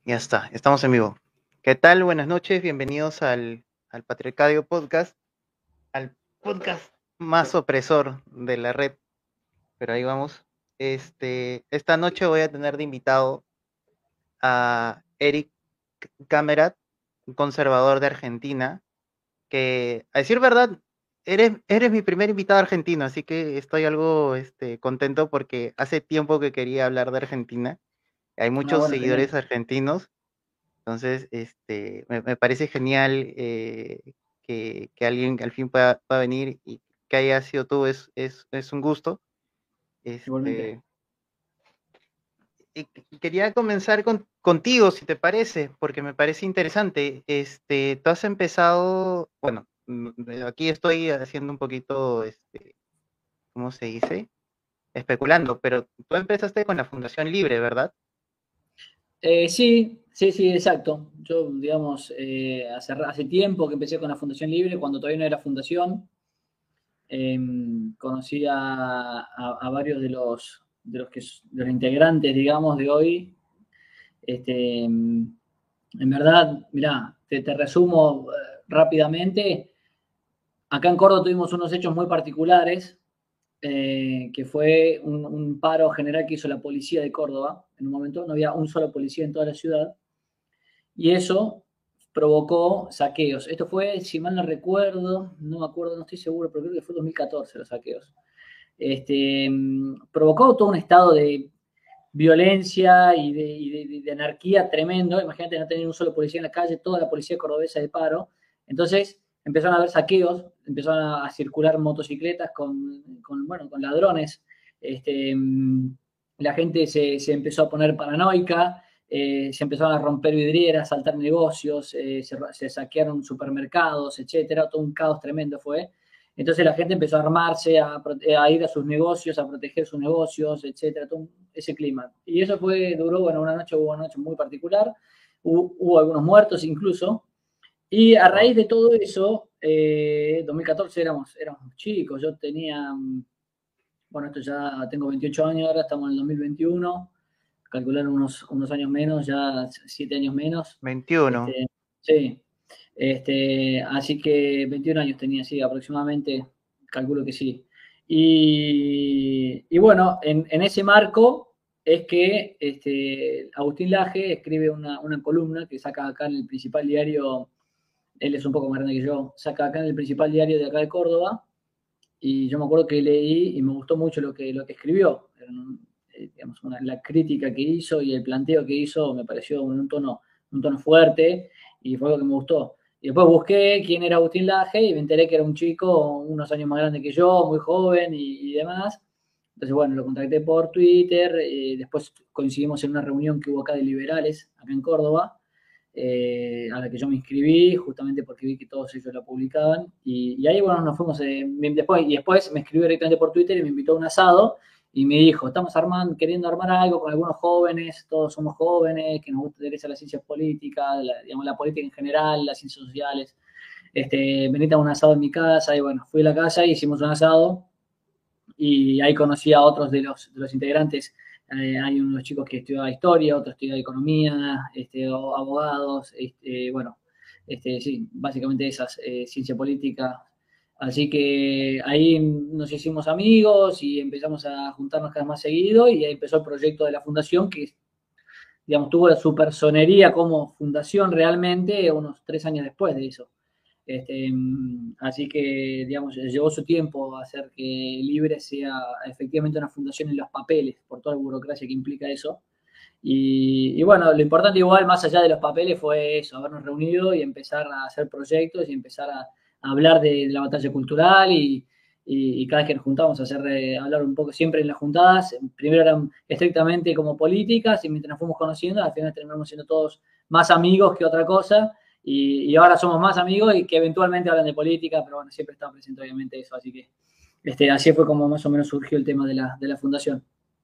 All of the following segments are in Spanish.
Ya está, estamos en vivo. ¿Qué tal? Buenas noches, bienvenidos al Patriarcadio Podcast, al podcast más opresor de la red, pero ahí vamos. Esta noche voy a tener de invitado a Eric Camerat, un conservador de Argentina, que, a decir verdad, eres mi primer invitado argentino, así que estoy algo contento porque hace tiempo que quería hablar de Argentina. Hay Ah, muchos bueno, genial. seguidores argentinos. Entonces, me parece genial que alguien al fin pueda venir y que haya sido tú, es un gusto. Igualmente. Este, y quería comenzar contigo, si te parece, porque me parece interesante. Tú has empezado, bueno, aquí estoy haciendo un poquito, ¿cómo se dice? Especulando, pero tú empezaste con la Fundación Libre, ¿verdad? Sí, exacto. Yo, digamos, hace tiempo que empecé con la Fundación Libre, cuando todavía no era fundación. eh, Conocí a varios de los integrantes, digamos, de hoy. En verdad, mirá, te resumo rápidamente. Acá en Córdoba tuvimos unos hechos muy particulares, que fue un paro general que hizo la policía de Córdoba. En un momento no había un solo policía en toda la ciudad y eso provocó saqueos. Esto fue, si mal no recuerdo, no me acuerdo, no estoy seguro, pero creo que fue 2014 los saqueos. Provocó todo un estado de violencia y de anarquía tremendo. Imagínate no tener un solo policía en la calle, toda la policía cordobesa de paro. Entonces empezaron a haber saqueos, empezaron a circular motocicletas con ladrones. Este, la gente se empezó a poner paranoica, se empezaron a romper vidrieras, saltar negocios, se saquearon supermercados, etcétera. Todo un caos tremendo fue. Entonces la gente empezó a armarse, a ir a sus negocios, a proteger sus negocios, etcétera, todo ese clima. Y eso duró, bueno, hubo una noche muy particular, hubo algunos muertos incluso, y a Wow. raíz de todo eso, 2014 éramos chicos, yo tenía, bueno, esto ya tengo 28 años, ahora estamos en el 2021, calcular unos años menos, ya 7 años menos. 21. Este, sí, así que 21 años tenía, sí, aproximadamente, calculo que sí. Y bueno, en ese marco es que Agustín Laje escribe una columna que saca acá en el principal diario. Él es un poco más grande que yo, saca acá en el principal diario de acá de Córdoba, y yo me acuerdo que leí y me gustó mucho lo que escribió. Digamos, la crítica que hizo y el planteo que hizo me pareció un tono fuerte, y fue algo que me gustó. Y después busqué quién era Agustín Laje y me enteré que era un chico unos años más grande que yo, muy joven y demás. Entonces, bueno, lo contacté por Twitter, después coincidimos en una reunión que hubo acá de liberales, acá en Córdoba, a la que yo me inscribí, justamente porque vi que todos ellos la publicaban. Y ahí, bueno, nos fuimos. Después me escribió directamente por Twitter y me invitó a un asado y me dijo: estamos queriendo armar algo con algunos jóvenes, todos somos jóvenes, que nos interesa la ciencia política, digamos, la política en general, las ciencias sociales. Venite a un asado en mi casa. Y bueno, fui a la casa y hicimos un asado, y ahí conocí a otros de los integrantes. Hay unos chicos que estudiaban historia, otros estudiaban economía, abogados, bueno, sí, básicamente esas, ciencia política. Así que ahí nos hicimos amigos y empezamos a juntarnos cada vez más seguido, y ahí empezó el proyecto de la fundación, que, digamos, tuvo su personería como fundación realmente unos 3 años después de eso. Así que, digamos, llevó su tiempo hacer que Libre sea efectivamente una fundación en los papeles, por toda la burocracia que implica eso. Y bueno, lo importante igual, más allá de los papeles, fue eso: habernos reunido y empezar a hacer proyectos y empezar a hablar de la batalla cultural. Y cada vez que nos juntamos a hablar un poco, siempre en las juntadas, primero eran estrictamente como políticas, y mientras nos fuimos conociendo, al final terminamos siendo todos más amigos que otra cosa. Y ahora somos más amigos y que eventualmente hablan de política, pero bueno, siempre está presente obviamente eso. Así que así fue como más o menos surgió el tema de la fundación.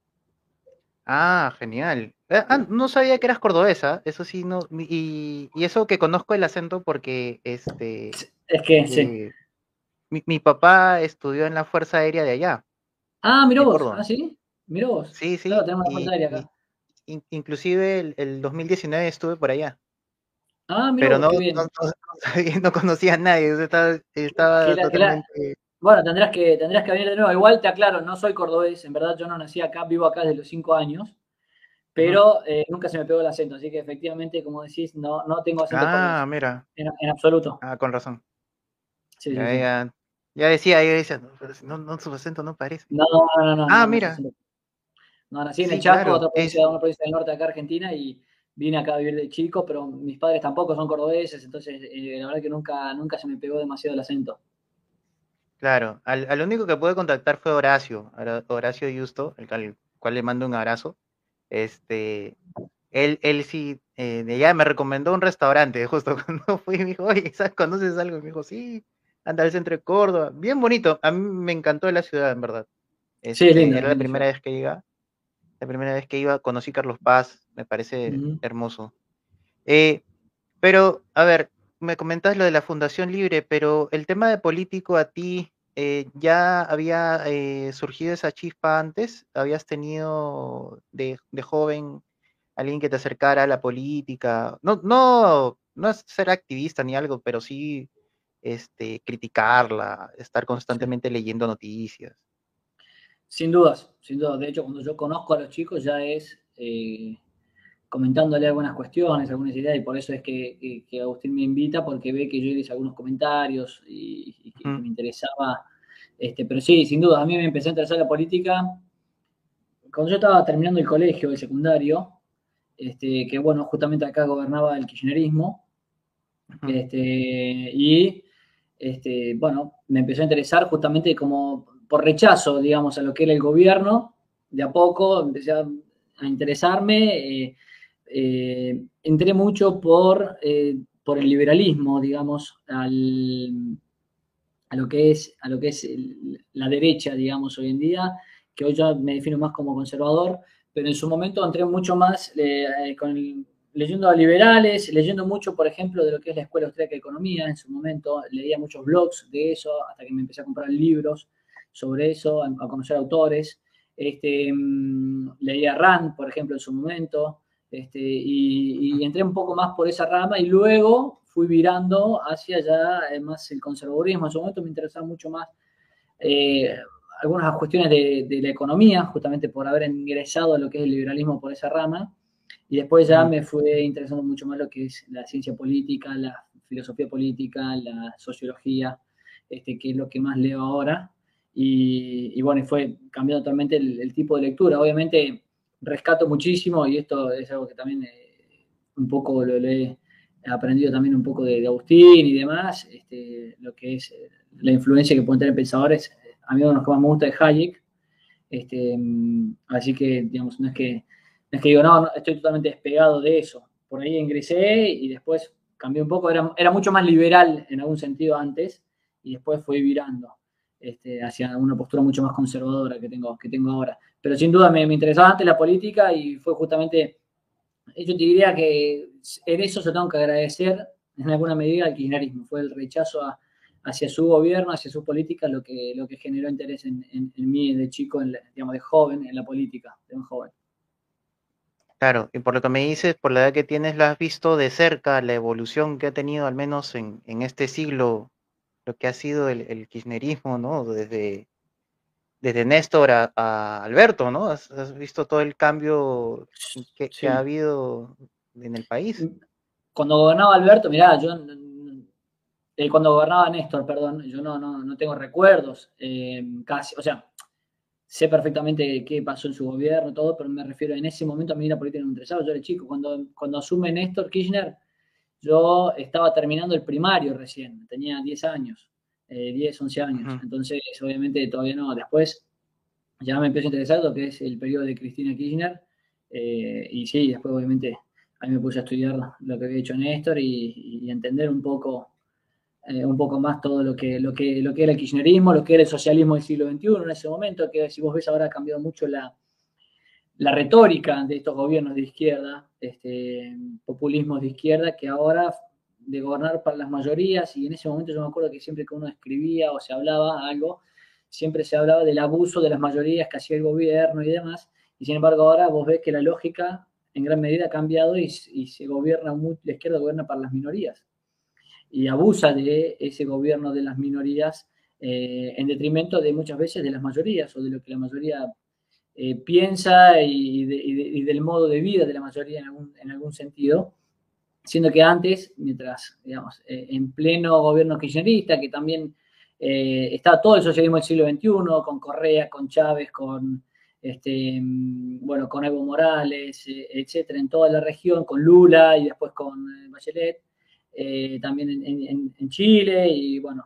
Ah, genial. No sabía que eras cordobesa, eso sí, no, y eso que conozco el acento porque Es que sí. eh, mi papá estudió en la Fuerza Aérea de allá, Ah, mirá de vos. Ah, Córdoba. sí. Mirá vos. Sí, Claro, sí, tenemos una fuerza aérea acá. inclusive el 2019 estuve por allá, Ah, mira pero vos, no, qué no, bien. no conocía a nadie, o sea, Que estaba la- que la- totalmente... Bueno, tendrás que venir de nuevo. Igual te aclaro, no soy cordobés, en verdad yo no nací acá, vivo acá desde los 5 años, Ujú. pero nunca se me pegó el acento, así que efectivamente, como decís, no tengo acento Ah, cordobés, mira, en absoluto. con razón. Sí, sí, Ya, sí. ya decía, no, pero si no, su acento no parece. No es Mira, acento. No, nací en el sí, Chaco, claro, otra provincia, una provincia del norte de acá, Argentina, y vine acá a vivir de chico, pero mis padres tampoco son cordobeses, entonces la verdad que nunca se me pegó demasiado el acento. claro. Al único que pude contactar fue Horacio, Horacio Justo, al cual le mando un abrazo. Este, él sí, de allá me recomendó un restaurante, justo cuando fui, me dijo, oye, ¿sabes? ¿Conoces algo? Y me dijo, sí, anda al centro de Córdoba. Bien bonito, a mí me encantó la ciudad, en verdad. Sí, Era la linda primera ciudad. vez que iba, conocí Carlos Paz, me parece Ujú. hermoso. Eh, pero, a ver, me comentas lo de la Fundación Libre, pero el tema de político a ti, ¿ya había surgido esa chispa antes? ¿Habías tenido de joven alguien que te acercara a la política? No es ser activista ni algo, pero sí criticarla, estar Sí. constantemente leyendo noticias. Sin dudas, sin dudas. De hecho, cuando yo conozco a los chicos ya es comentándole algunas cuestiones, algunas ideas, y por eso es que Agustín me invita, porque ve que yo hice algunos comentarios y que Ujú, me interesaba. Pero sí, sin duda, a mí me empezó a interesar la política cuando yo estaba terminando el colegio, el secundario, que bueno, justamente acá gobernaba el kirchnerismo, ujú, y bueno, me empezó a interesar justamente como por rechazo, digamos, a lo que era el gobierno. De a poco empecé a interesarme. Entré mucho por el liberalismo, digamos, a lo que es la derecha, digamos, hoy en día, que hoy yo me defino más como conservador, pero en su momento entré mucho más leyendo a liberales, leyendo mucho, por ejemplo, de lo que es la Escuela Austríaca de Economía. En su momento leía muchos blogs de eso, hasta que me empecé a comprar libros sobre eso, a conocer autores. Leía Rand, por ejemplo, en su momento, y entré un poco más por esa rama, y luego fui virando hacia ya más el conservadurismo. En su momento me interesaba mucho más eh, algunas cuestiones de la economía, justamente por haber ingresado a lo que es el liberalismo por esa rama, y después ya ujú. me fue interesando mucho más lo que es la ciencia política, la filosofía política, la sociología, que es lo que más leo ahora. Y bueno, y fue cambiando totalmente el tipo de lectura. Obviamente rescato muchísimo, y esto es algo que también un poco lo he aprendido también un poco de Agustín y demás, lo que es la influencia que pueden tener pensadores. A mí uno de los que más me gusta es Hayek. Así que, digamos, no es que digo, no, estoy totalmente despegado de eso. Por ahí ingresé y después cambié un poco. Era mucho más liberal en algún sentido antes, y después fui virando hacia una postura mucho más conservadora que tengo ahora. Pero sin duda me interesaba antes la política, y fue justamente, yo te diría que en eso se tengo que agradecer en alguna medida al kirchnerismo. Fue el rechazo hacia su gobierno, hacia sus políticas, lo que generó interés en mí de chico, digamos, de joven, en la política, de un joven. Claro, y por lo que me dices, por la edad que tienes, la has visto de cerca, la evolución que ha tenido, al menos en este siglo, lo que ha sido el kirchnerismo, ¿no? Desde Néstor a Alberto, ¿no? Has visto todo el cambio que ha Sí. habido en el país. Cuando gobernaba Alberto, mirá, cuando gobernaba Néstor, perdón, yo no tengo recuerdos, casi, o sea, sé perfectamente qué pasó en su gobierno, todo, pero me refiero, en ese momento a mí la política no me interesaba. Yo era chico. Cuando asume Néstor Kirchner, yo estaba terminando el primario recién, tenía 10 años, 10, 11 años. Ujú. Entonces, obviamente, todavía no. Después ya me empezó a interesar lo que es el periodo de Cristina Kirchner, y sí, después, obviamente, ahí me puse a estudiar lo que había hecho Néstor, y entender un poco más todo lo que era el kirchnerismo, lo que era el socialismo del siglo XXI en ese momento, que si vos ves ahora ha cambiado mucho la retórica de estos gobiernos de izquierda, populismos de izquierda, que ahora de gobernar para las mayorías. Y en ese momento yo me acuerdo que siempre que uno escribía o se hablaba algo, siempre se hablaba del abuso de las mayorías que hacía el gobierno y demás, y sin embargo ahora vos ves que la lógica en gran medida ha cambiado y se gobierna, la izquierda gobierna para las minorías y abusa de ese gobierno de las minorías en detrimento de muchas veces de las mayorías o de lo que la mayoría piensa y del modo de vida de la mayoría en algún sentido, siendo que antes, mientras, digamos, en pleno gobierno kirchnerista, que también estaba todo el socialismo del siglo XXI, con Correa, con Chávez, con, bueno, con Evo Morales, etcétera, en toda la región, con Lula y después con Bachelet, también en Chile, y bueno,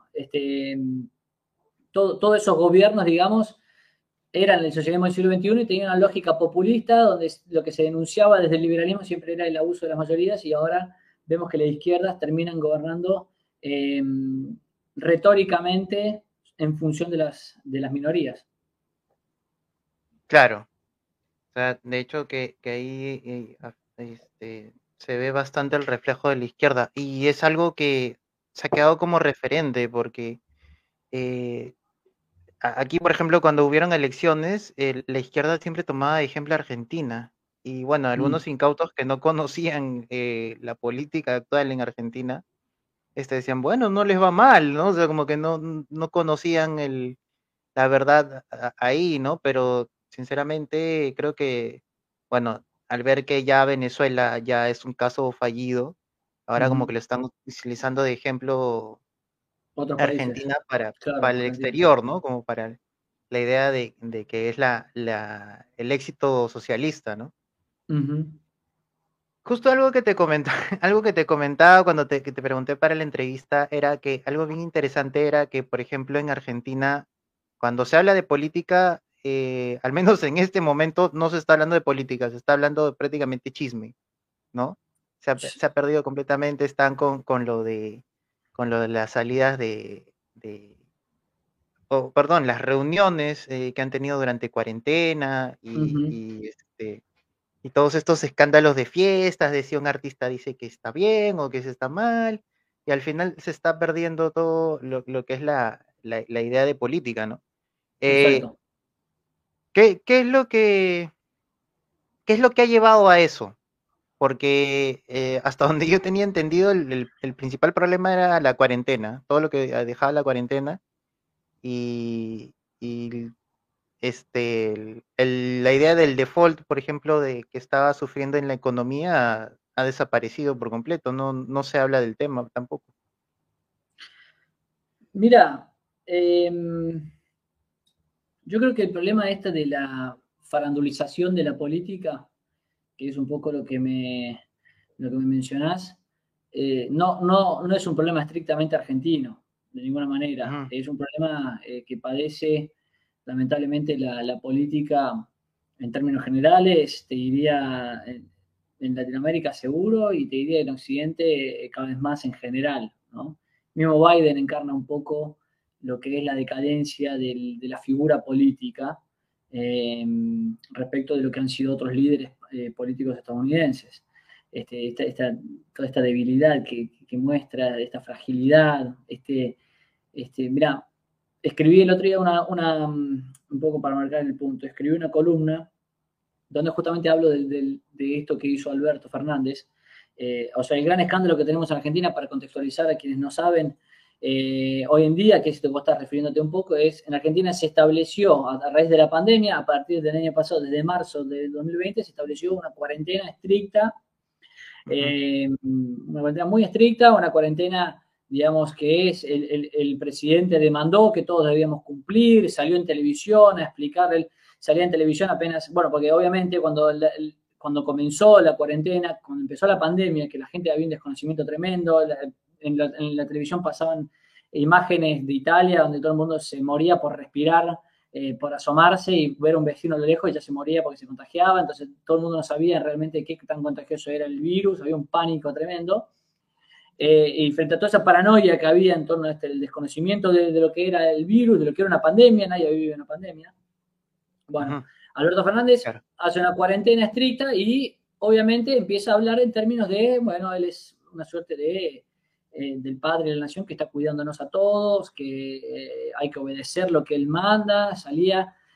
todos esos gobiernos, digamos, eran el socialismo del siglo XXI y tenían una lógica populista donde lo que se denunciaba desde el liberalismo siempre era el abuso de las mayorías y ahora vemos que las izquierdas terminan gobernando retóricamente en función de las minorías. Claro. O sea, de hecho que ahí se ve bastante el reflejo de la izquierda y es algo que se ha quedado como referente porque eh, aquí, por ejemplo, cuando hubieron elecciones, la izquierda siempre tomaba de ejemplo a Argentina y bueno, Mm, algunos incautos que no conocían la política actual en Argentina, decían, bueno, no les va mal, ¿no? O sea, como que no conocían la verdad ahí, ¿no? Pero sinceramente creo que, bueno, al ver que ya Venezuela ya es un caso fallido, ahora como ujú. que lo están utilizando de ejemplo Otros países, Argentina claro, para el Argentina. exterior, ¿no? Como para la idea de que es el éxito socialista, ¿no? Ujú. Justo algo que te comentaba, algo que te comentaba cuando que te pregunté para la entrevista era que algo bien interesante era que, por ejemplo, en Argentina, cuando se habla de política, al menos en este momento, no se está hablando de política, se está hablando de prácticamente chisme, ¿no? Se ha perdido completamente, están con lo de las salidas perdón, las reuniones que han tenido durante cuarentena Ujú. y todos estos escándalos de fiestas, de si un artista dice que está bien o que se está mal, y al final se está perdiendo todo lo que es la idea de política, ¿no? Eh, Exacto. ¿qué es qué es lo que ha llevado a eso? Porque hasta donde yo tenía entendido, el principal problema era la cuarentena, todo lo que dejaba la cuarentena, y la idea del default, por ejemplo, de que estaba sufriendo en la economía ha desaparecido por completo, no se habla del tema tampoco. Mira, yo creo que el problema este de la farandulización de la política, que es un poco lo que me mencionás, no es un problema estrictamente argentino, de ninguna manera. Ujú, Es un problema que padece lamentablemente la política en términos generales, te diría en Latinoamérica seguro y te diría en Occidente cada vez más en general, ¿no? Mismo Biden encarna un poco lo que es la decadencia de la figura política eh, respecto de lo que han sido otros líderes políticos estadounidenses. Toda esta debilidad que muestra, esta fragilidad, mira, escribí el otro día un poco para marcar el punto, escribí una columna donde justamente hablo de esto que hizo Alberto Fernández. O sea, el gran escándalo que tenemos en Argentina, para contextualizar a quienes no saben, hoy en día, que es lo que vos estás refiriéndote un poco, es en Argentina se estableció a raíz de la pandemia, a partir del año pasado, desde marzo del 2020, se estableció una cuarentena estricta, ujú, una cuarentena muy estricta, una cuarentena, digamos, que es el presidente demandó que todos debíamos cumplir, salió en televisión a explicar, salía en televisión apenas, bueno, porque obviamente cuando comenzó la cuarentena, cuando empezó la pandemia, que la gente había un desconocimiento tremendo, en la televisión pasaban imágenes de Italia donde todo el mundo se moría por respirar, por asomarse y ver a un vecino a lo lejos y ya se moría porque se contagiaba, entonces todo el mundo no sabía realmente qué tan contagioso era el virus, había un pánico tremendo. Y frente a toda esa paranoia que había en torno a el desconocimiento de lo que era el virus, de lo que era una pandemia, nadie vive una pandemia. Bueno, ujú, Alberto Fernández claro. hace una cuarentena estricta y obviamente empieza a hablar en términos de, bueno, él es una suerte del padre de la nación que está cuidándonos a todos, que hay que obedecer lo que él manda, salía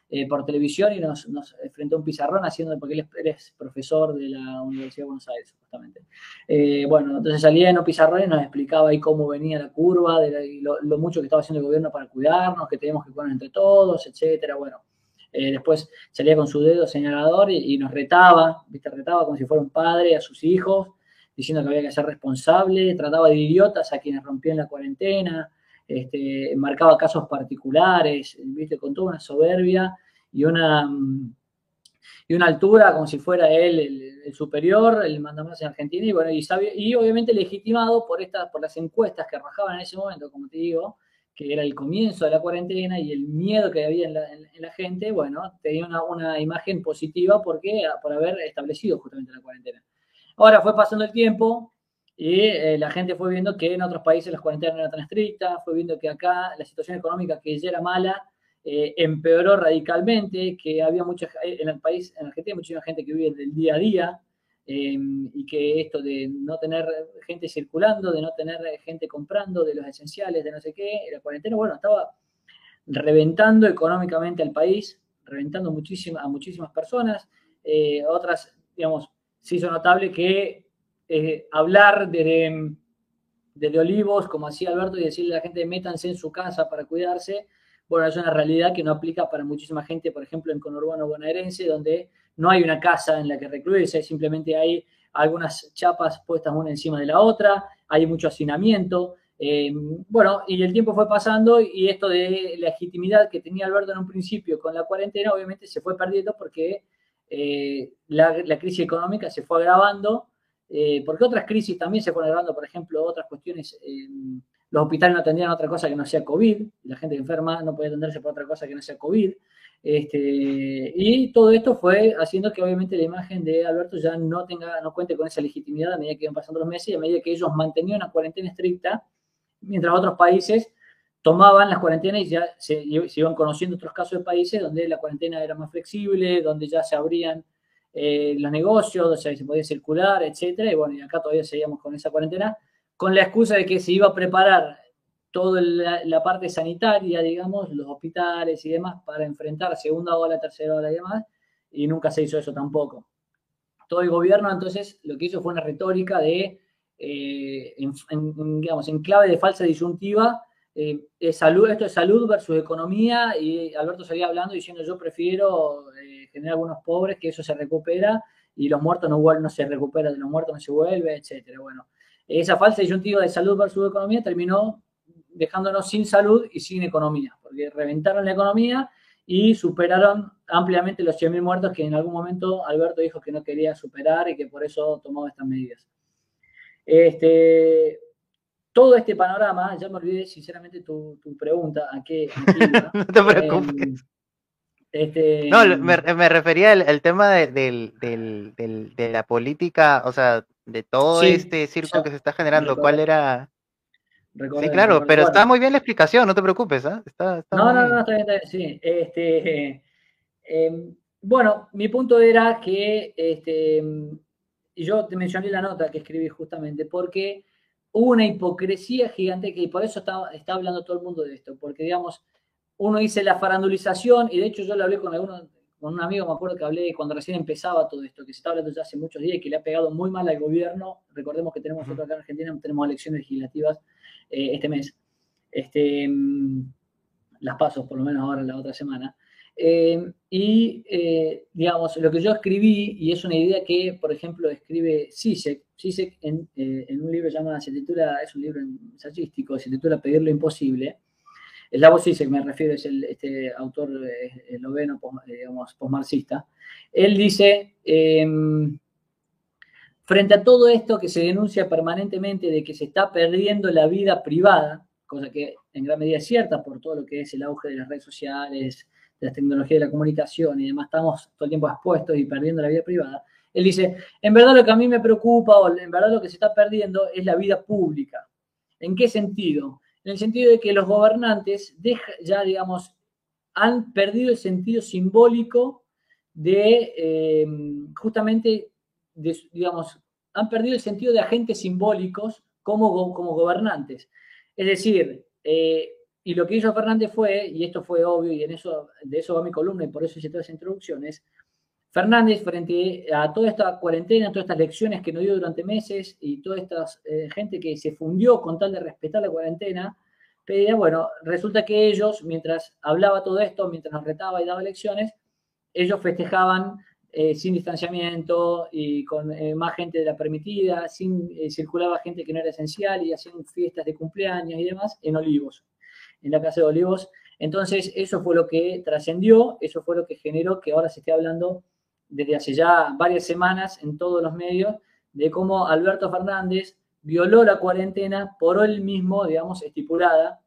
por televisión y nos frente a un pizarrón porque él es profesor de la Universidad de Buenos Aires, justamente. Bueno, entonces salía en un pizarrón y nos explicaba ahí cómo venía la curva, y lo mucho que estaba haciendo el gobierno para cuidarnos, que teníamos que cuidarnos entre todos, etcétera. Bueno, después salía con su dedo señalador y nos retaba, ¿viste? Retaba como si fuera un padre a sus hijos, diciendo que había que ser responsable, trataba de idiotas a quienes rompían la cuarentena, marcaba casos particulares, ¿viste? Con toda una soberbia y una altura como si fuera él el superior, el mandamás en Argentina, y bueno, y obviamente legitimado por las encuestas que arrojaban en ese momento, como te digo, que era el comienzo de la cuarentena y el miedo que había en la gente, bueno, tenía una imagen positiva por haber establecido justamente la cuarentena. Ahora fue pasando el tiempo y la gente fue viendo que en otros países las cuarentenas no eran tan estrictas, fue viendo que acá la situación económica, que ya era mala, empeoró radicalmente, que había en el país, en Argentina, muchísima gente que vive del día a día, y que esto de no tener gente circulando, de no tener gente comprando de los esenciales, de no sé qué, la cuarentena, bueno, estaba reventando económicamente al país, reventando a muchísimas personas, otras, digamos, se hizo notable que hablar desde Olivos, como hacía Alberto, y decirle a la gente, métanse en su casa para cuidarse, bueno, es una realidad que no aplica para muchísima gente, por ejemplo, en conurbano bonaerense, donde no hay una casa en la que recluirse, simplemente hay algunas chapas puestas una encima de la otra, hay mucho hacinamiento. Bueno, y el tiempo fue pasando y esto de legitimidad que tenía Alberto en un principio con la cuarentena, obviamente se fue perdiendo porque la crisis económica se fue agravando, porque otras crisis también se fueron agravando, por ejemplo, otras cuestiones. Los hospitales no atendían otra cosa que no sea COVID, la gente enferma no puede atenderse por otra cosa que no sea COVID. Y todo esto fue haciendo que obviamente la imagen de Alberto ya no cuente con esa legitimidad a medida que iban pasando los meses y a medida que ellos mantenían una cuarentena estricta, mientras otros países tomaban las cuarentenas y ya se iban conociendo otros casos de países donde la cuarentena era más flexible, donde ya se abrían los negocios, donde se podía circular, etcétera. Y bueno, y acá todavía seguíamos con esa cuarentena, con la excusa de que se iba a preparar toda la parte sanitaria, digamos, los hospitales y demás, para enfrentar segunda ola, tercera ola y demás, y nunca se hizo eso tampoco. Todo el gobierno, entonces, lo que hizo fue una retórica de, digamos, en clave de falsa disyuntiva, esto es salud versus economía, y Alberto salía hablando diciendo yo prefiero generar algunos pobres, que eso se recupera, y los muertos no se recuperan, de los muertos no se vuelve, etcétera. Bueno, esa falsa disyuntiva de salud versus economía terminó dejándonos sin salud y sin economía, porque reventaron la economía y superaron ampliamente los 100.000 muertos que en algún momento Alberto dijo que no quería superar y que por eso tomó estas medidas. Todo este panorama, ya me olvidé sinceramente tu pregunta, ¿a qué iba? No te preocupes. No, me refería al tema de la política, o sea, de todo sí, este circo que se está generando. ¿Cuál recordé, era? Sí, recordé, claro, recordé. pero está Bueno, muy bien la explicación, no te preocupes, ¿eh? Está muy no, bien. está bien, sí. Bueno, mi punto era que, y yo te mencioné la nota que escribí justamente, porque hubo una hipocresía gigante, y por eso está hablando todo el mundo de esto, porque digamos, uno dice la farandulización, y de hecho yo lo hablé con un amigo, me acuerdo que hablé cuando recién empezaba todo esto, que se está hablando ya hace muchos días y que le ha pegado muy mal al gobierno. Recordemos que tenemos nosotros acá en Argentina, tenemos elecciones legislativas este mes. Las pasos, por lo menos ahora la otra semana. Digamos, lo que yo escribí, y es una idea que, por ejemplo, escribe Zizek en un libro es un libro ensayístico, se titula Pedir lo imposible. Slavoj Zizek, me refiero, es este autor esloveno, digamos, postmarxista. Él dice, frente a todo esto que se denuncia permanentemente de que se está perdiendo la vida privada, cosa que en gran medida es cierta por todo lo que es el auge de las redes sociales, de las tecnologías de la comunicación y demás, estamos todo el tiempo expuestos y perdiendo la vida privada. Él dice, en verdad lo que a mí me preocupa, o en verdad lo que se está perdiendo es la vida pública. ¿En qué sentido? En el sentido de que los gobernantes ya, digamos, han perdido el sentido simbólico de justamente, digamos, han perdido el sentido de agentes simbólicos como gobernantes. Es decir, Y lo que hizo Fernández fue, y esto fue obvio, y de eso va mi columna, y por eso hice todas las introducciones, Fernández, frente a toda esta cuarentena, todas estas lecciones que nos dio durante meses y toda esta gente que se fundió con tal de respetar la cuarentena, pedía, bueno, resulta que ellos, mientras hablaba todo esto, mientras nos retaba y daba lecciones, ellos festejaban sin distanciamiento y con más gente de la permitida, circulaba gente que no era esencial y hacían fiestas de cumpleaños y demás en Olivos, en la casa de Olivos. Entonces, eso fue lo que trascendió, eso fue lo que generó que ahora se esté hablando desde hace ya varias semanas en todos los medios de cómo Alberto Fernández violó la cuarentena por él mismo, digamos, estipulada.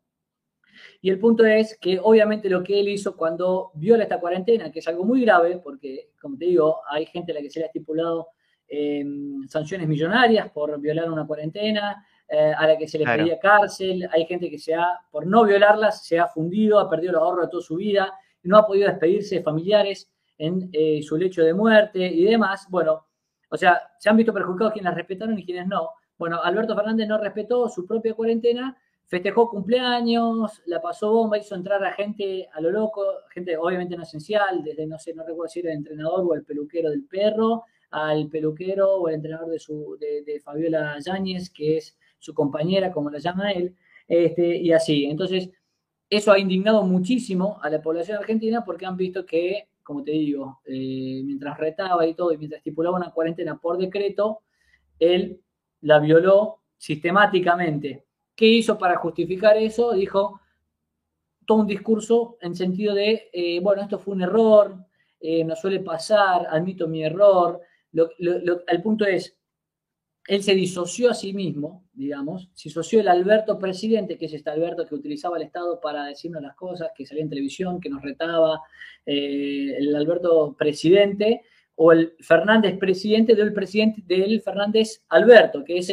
Y el punto es que obviamente lo que él hizo cuando viola esta cuarentena, que es algo muy grave, porque como te digo, hay gente a la que se le ha estipulado sanciones millonarias por violar una cuarentena, a la que se le Claro. pedía cárcel, hay gente que por no violarlas, se ha fundido, ha perdido los ahorros de toda su vida, no ha podido despedirse de familiares en su lecho de muerte y demás. Bueno, o sea, se han visto perjudicados quienes las respetaron y quienes no. Bueno, Alberto Fernández no respetó su propia cuarentena, festejó cumpleaños, la pasó bomba, hizo entrar a gente a lo loco, gente obviamente no esencial, desde, no sé, no recuerdo si era el entrenador o el peluquero del perro, al peluquero o el entrenador de Fabiola Yáñez, que es su compañera, como la llama él, y así. Entonces, eso ha indignado muchísimo a la población argentina porque han visto que, como te digo, mientras retaba y todo, y mientras estipulaba una cuarentena por decreto, él la violó sistemáticamente. ¿Qué hizo para justificar eso? Dijo todo un discurso en sentido de, bueno, esto fue un error, nos suele pasar, admito mi error. El punto es, él se disoció a sí mismo, digamos, se disoció el Alberto presidente, que es este Alberto que utilizaba el Estado para decirnos las cosas, que salía en televisión, que nos retaba, el Alberto presidente, o el Fernández presidente del Fernández Alberto, que es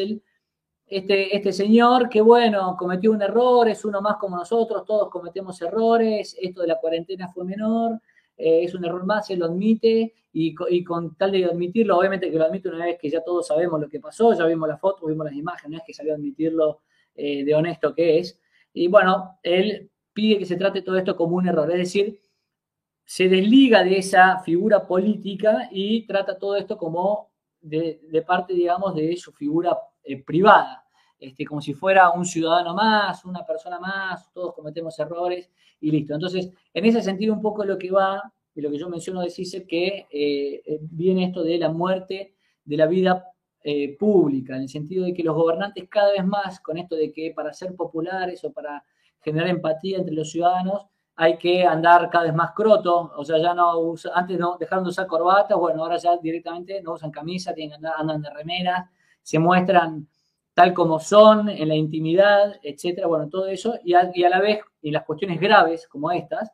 este señor que, bueno, cometió un error, es uno más como nosotros, todos cometemos errores, esto de la cuarentena fue menor, es un error más, él lo admite, y con tal de admitirlo, obviamente que lo admite una vez que ya todos sabemos lo que pasó, ya vimos las fotos, vimos las imágenes, no es que salió a admitirlo de honesto que es, y bueno, él pide que se trate todo esto como un error, es decir, se desliga de esa figura política y trata todo esto como de parte, digamos, de su figura privada, como si fuera un ciudadano más, una persona más, todos cometemos errores y listo. Entonces, en ese sentido, un poco lo que va, y lo que yo menciono de Cícer, que viene esto de la muerte de la vida pública, en el sentido de que los gobernantes cada vez más, con esto de que para ser populares o para generar empatía entre los ciudadanos, hay que andar cada vez más croto, o sea, ya no usa, antes no dejaron de usar corbatas, bueno, ahora ya directamente no usan camisa, andan de remeras, se muestran tal como son, en la intimidad, etcétera, bueno, todo eso, y a la vez, y las cuestiones graves como estas,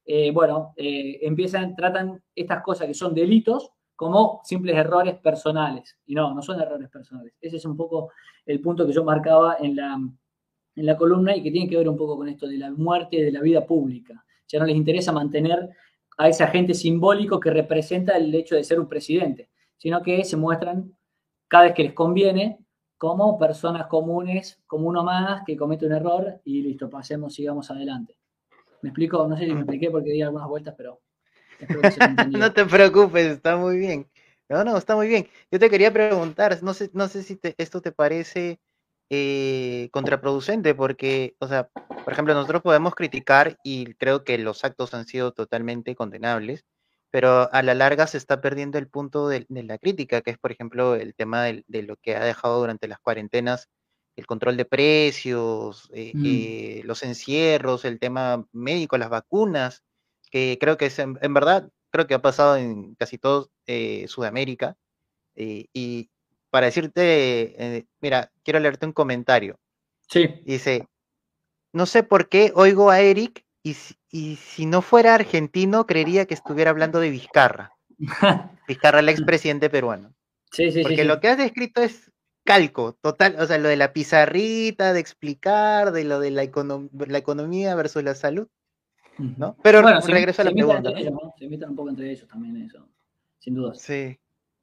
tratan estas cosas que son delitos como simples errores personales, y no son errores personales. Ese es un poco el punto que yo marcaba en la columna y que tiene que ver un poco con esto de la muerte de la vida pública. Ya no les interesa mantener a ese agente simbólico que representa el hecho de ser un presidente, sino que se muestran cada vez que les conviene como personas comunes, como uno más que comete un error y listo, pasemos, sigamos adelante. ¿Me explico? No sé si me expliqué porque di algunas vueltas, pero espero que se haya No entendido. te preocupes, está muy bien. No, está muy bien. Yo te quería preguntar, no sé si esto te parece contraproducente, porque, o sea, por ejemplo, nosotros podemos criticar y creo que los actos han sido totalmente condenables, pero a la larga se está perdiendo el punto de la crítica, que es, por ejemplo, el tema de lo que ha dejado durante las cuarentenas, el control de precios, los encierros, el tema médico, las vacunas, que creo que es en verdad creo que ha pasado en casi todo Sudamérica. Y para decirte, mira, quiero leerte un comentario. Sí. Dice, no sé por qué oigo a Eric y si no fuera argentino creería que estuviera hablando de Vizcarra. Vizcarra, el expresidente peruano. Sí, sí, sí, Porque lo sí. que has descrito es calco, total, o sea, lo de la pizarrita, de explicar, de lo de la economía versus la salud, ¿no? Pero Bueno, regreso a se la imitan pregunta, entre ¿no? ellos, ¿no? Se imitan un poco entre ellos también eso, sin dudas. Sí.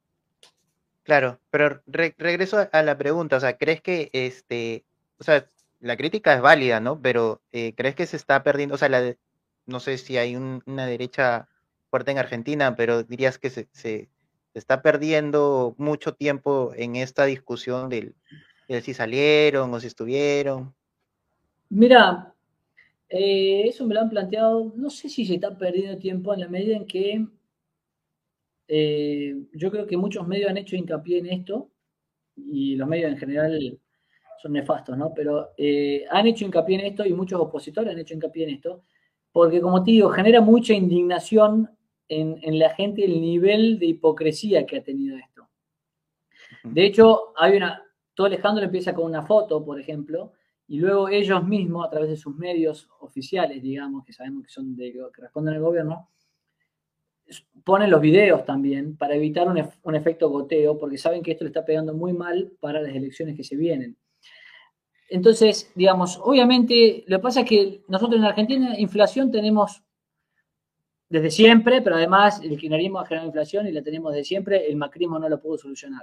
Claro, pero regreso a la pregunta, o sea, ¿crees que o sea, la crítica es válida, ¿no? Pero ¿crees que se está perdiendo? O sea, no sé si hay una derecha fuerte en Argentina, pero dirías que se está perdiendo mucho tiempo en esta discusión del si salieron o si estuvieron. Mira, eso me lo han planteado, no sé si se está perdiendo tiempo en la medida en que yo creo que muchos medios han hecho hincapié en esto, y los medios en general son nefastos, ¿no? Pero han hecho hincapié en esto y muchos opositores han hecho hincapié en esto, porque como te digo, genera mucha indignación en la gente el nivel de hipocresía que ha tenido esto. Ujú. De hecho, todo Alejandro empieza con una foto, por ejemplo, y luego ellos mismos, a través de sus medios oficiales, digamos, que sabemos que que responden al gobierno, ponen los videos también para evitar un efecto goteo, porque saben que esto le está pegando muy mal para las elecciones que se vienen. Entonces, digamos, obviamente, lo que pasa es que nosotros en Argentina inflación tenemos desde siempre, pero además el kirchnerismo ha generado inflación y la tenemos desde siempre, el macrismo no lo pudo solucionar.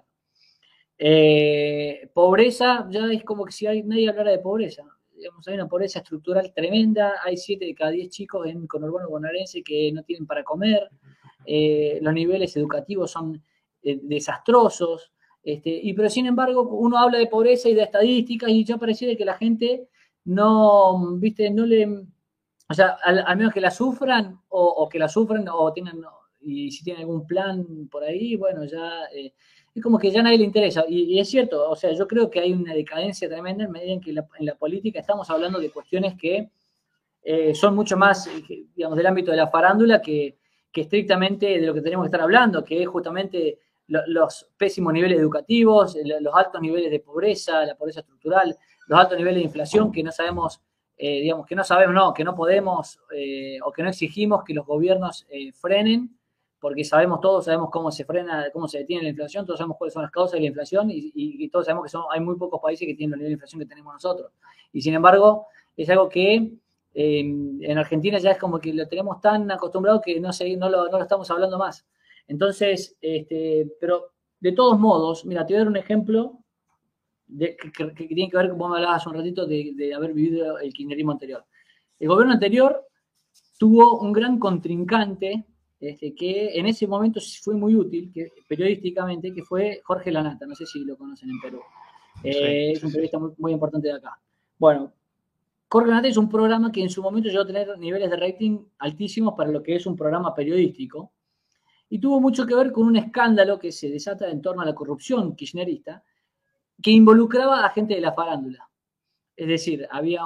Pobreza, ya es como que si nadie hablara de pobreza. Digamos, hay una pobreza estructural tremenda, hay 7 de cada 10 chicos en conurbano bonaerense que no tienen para comer, los niveles educativos son desastrosos, pero sin embargo uno habla de pobreza y de estadísticas y ya pareciera que la gente no, viste, no le, o sea, al menos que la sufran o que la sufran o tengan, y si tienen algún plan por ahí, bueno, ya es como que ya a nadie le interesa. Y es cierto, o sea, yo creo que hay una decadencia tremenda en medida en que en la política estamos hablando de cuestiones que son mucho más, digamos, del ámbito de la farándula que estrictamente de lo que tenemos que estar hablando, que es justamente los pésimos niveles educativos, los altos niveles de pobreza, la pobreza estructural, los altos niveles de inflación que no sabemos, digamos, que no sabemos, no, que no podemos o que no exigimos que los gobiernos frenen, porque todos sabemos cómo se frena, cómo se detiene la inflación, todos sabemos cuáles son las causas de la inflación y todos sabemos que hay muy pocos países que tienen los niveles de inflación que tenemos nosotros. Y sin embargo, es algo que en Argentina ya es como que lo tenemos tan acostumbrado que no lo estamos hablando más. Entonces, pero de todos modos, mira, te voy a dar un ejemplo que tiene que ver, como me hablabas hace un ratito, de haber vivido el kirchnerismo anterior. El gobierno anterior tuvo un gran contrincante que en ese momento fue muy útil periodísticamente, que fue Jorge Lanata, no sé si lo conocen en Perú. Sí, Es sí, un sí. periodista muy importante de acá. Bueno, Coordenate es un programa que en su momento llegó a tener niveles de rating altísimos para lo que es un programa periodístico y tuvo mucho que ver con un escándalo que se desata en torno a la corrupción kirchnerista que involucraba a gente de la farándula. Es decir, había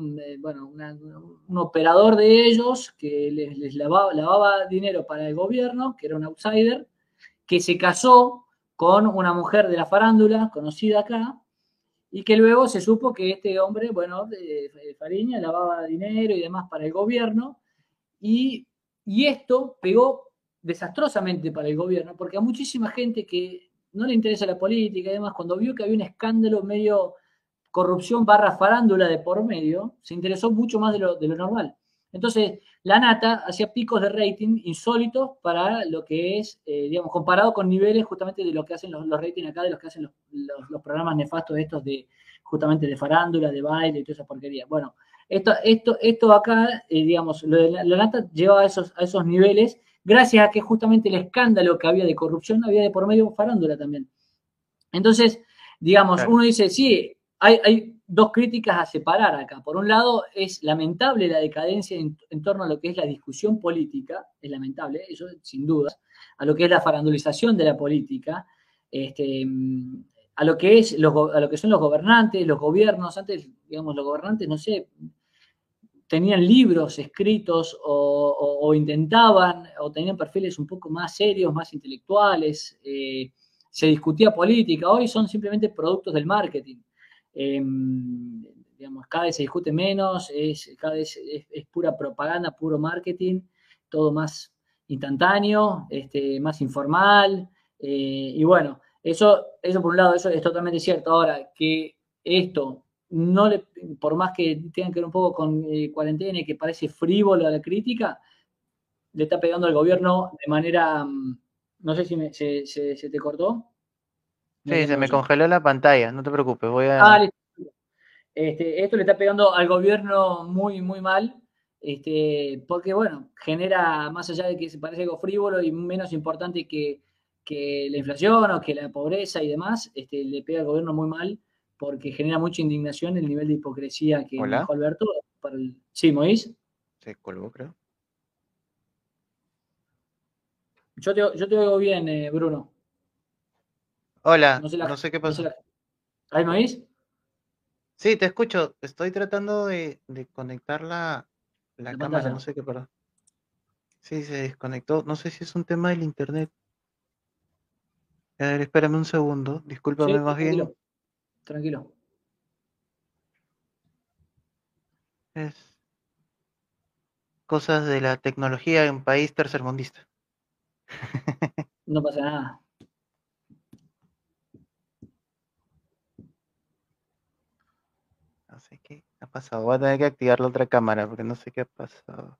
un operador de ellos que les lavaba dinero para el gobierno, que era un outsider, que se casó con una mujer de la farándula conocida acá, y que luego se supo que este hombre, bueno, Fariña, lavaba dinero y demás para el gobierno, y, y esto pegó desastrosamente para el gobierno, porque a muchísima gente que no le interesa la política y demás, cuando vio que había un escándalo medio corrupción barra farándula de por medio, se interesó mucho más de lo normal. Entonces, la Nata hacía picos de rating insólitos para lo que es, digamos, comparado con niveles justamente de lo que hacen los ratings acá, de los que hacen los programas nefastos estos de justamente de farándula, de baile y toda esa porquería. Bueno, esto acá, digamos, lo de la Nata lleva a esos niveles gracias a que justamente el escándalo que había de corrupción había de por medio farándula también. Entonces, digamos, Claro. uno dice, sí, hay dos críticas a separar acá. Por un lado, es lamentable la decadencia en torno a lo que es la discusión política, es lamentable, eso sin duda, a lo que es la farandulización de la política, este, a lo que a lo que son los gobernantes, los gobiernos. Antes, digamos, los gobernantes, no sé, tenían libros escritos o intentaban, o tenían perfiles un poco más serios, más intelectuales, se discutía política, hoy son simplemente productos del marketing. Digamos, cada vez se discute menos, cada vez es pura propaganda, puro marketing, todo más instantáneo, más informal, y bueno, eso por un lado, eso es totalmente cierto. Ahora, que esto no le, por más que tenga que ver un poco con cuarentena y que parece frívolo a la crítica, le está pegando al gobierno de manera, no sé si se te cortó, no Sí, te se me me oye. congeló la pantalla, no te preocupes, voy Ah, a... listo. Esto le está pegando al gobierno muy, muy mal, porque, bueno, genera, más allá de que se parece algo frívolo y menos importante que la inflación o que la pobreza y demás, le pega al gobierno muy mal porque genera mucha indignación el nivel de hipocresía que Hola, manejó Alberto. Sí, Mois, se colgó, creo. yo te oigo bien, Bruno. Hola, No sé no sé qué pasó. ¿Ahí me oís? Sí, te escucho. Estoy tratando de conectar la La cámara, no pantalla. sé qué pasó. Sí, se desconectó. No sé si es un tema del internet. A ver, espérame un segundo. Sí, Discúlpame más bien. tranquilo, tranquilo. Es cosas de la tecnología en país tercermundista. No pasa nada. No sé qué ha pasado. Voy a tener que activar la otra cámara porque no sé qué ha pasado.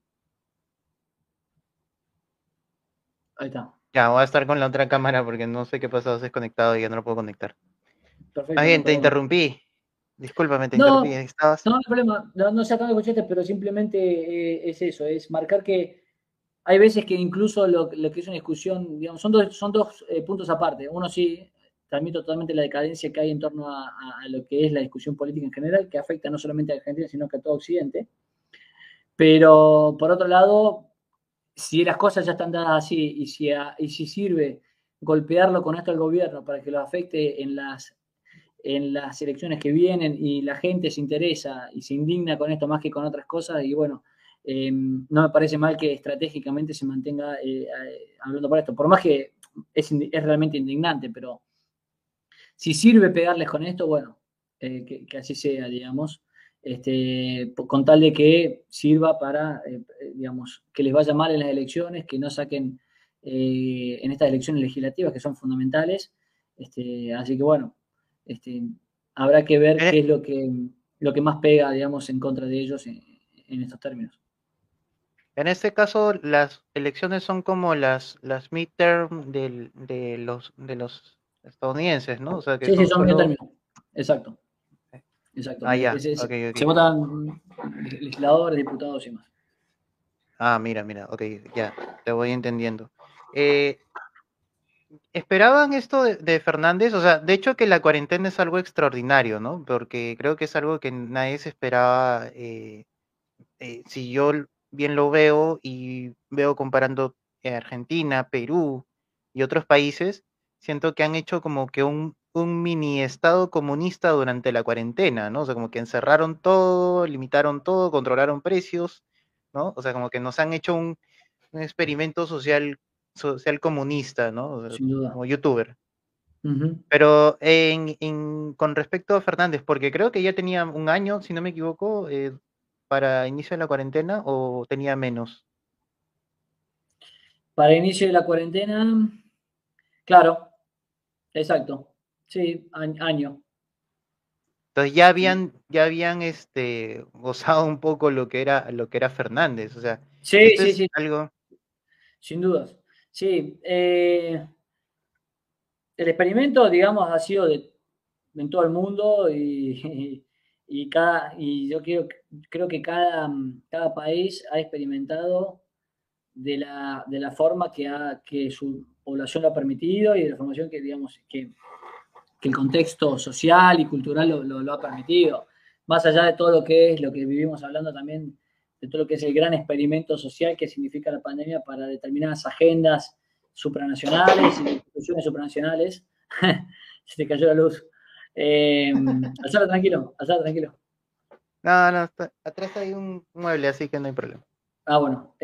Ahí está. Ya, voy a estar con la otra cámara porque no sé qué ha pasado. Se ha desconectado y ya no lo puedo conectar. Más Perfecto, no hay bien, te problema. interrumpí. Discúlpame, te interrumpí. No, Estabas. no hay problema. No, no sé a dónde escuchaste, pero simplemente es eso, es marcar que hay veces que incluso lo que es una discusión, digamos, son dos puntos aparte. Uno sí, transmite totalmente la decadencia que hay en torno a lo que es la discusión política en general, que afecta no solamente a Argentina, sino que a todo Occidente. Pero por otro lado, si las cosas ya están dadas así y si sirve golpearlo con esto al gobierno para que lo afecte en las elecciones que vienen y la gente se interesa y se indigna con esto más que con otras cosas, y bueno, no me parece mal que estratégicamente se mantenga hablando por esto, por más que es realmente indignante, pero si sirve pegarles con esto, bueno, que así sea, digamos, con tal de que sirva para, digamos, que les vaya mal en las elecciones, que no saquen en estas elecciones legislativas que son fundamentales. Así que bueno, este, habrá que ver En, qué es lo que más pega, digamos, en contra de ellos en estos términos. en este caso, las elecciones son como las midterm de los estadounidenses, ¿no? O sea, que Sí, sí, son son medio solo. términos. Exacto, exacto. Ah, ya, ok, Se ok. votan legisladores, diputados y más. Ah, mira, mira, ok, ya, te voy entendiendo. Eh, ¿Esperaban esto de Fernández? O sea, de hecho que la cuarentena es algo extraordinario, ¿no? Porque creo que es algo que nadie se esperaba. Si yo bien lo veo y veo comparando Argentina, Perú y otros países, siento que han hecho como que un mini estado comunista durante la cuarentena, ¿no? O sea, como que encerraron todo, limitaron todo, controlaron precios, ¿no? O sea, como que nos han hecho un experimento social comunista, ¿no? O sea, Sin duda. como youtuber. Ujú. Pero con respecto a Fernández, porque creo que ya tenía un año, si no me equivoco, para inicio de la cuarentena, o tenía menos. Para inicio de la cuarentena, claro, exacto. Sí, año. Entonces ya habían gozado un poco lo que era Fernández. O sea, Sí, esto sí, es sí, algo. sin dudas. Sí, el experimento, digamos, ha sido en todo el mundo y yo creo que cada país ha experimentado de la forma que su población lo ha permitido y de la formación que, digamos, que el contexto social y cultural lo ha permitido. Más allá de todo lo que es lo que vivimos hablando también, de todo lo que es el gran experimento social que significa la pandemia para determinadas agendas supranacionales y instituciones supranacionales. Se te cayó la luz. Alzala tranquilo. No, no, atrás hay un mueble, así que no hay problema. Ah, bueno.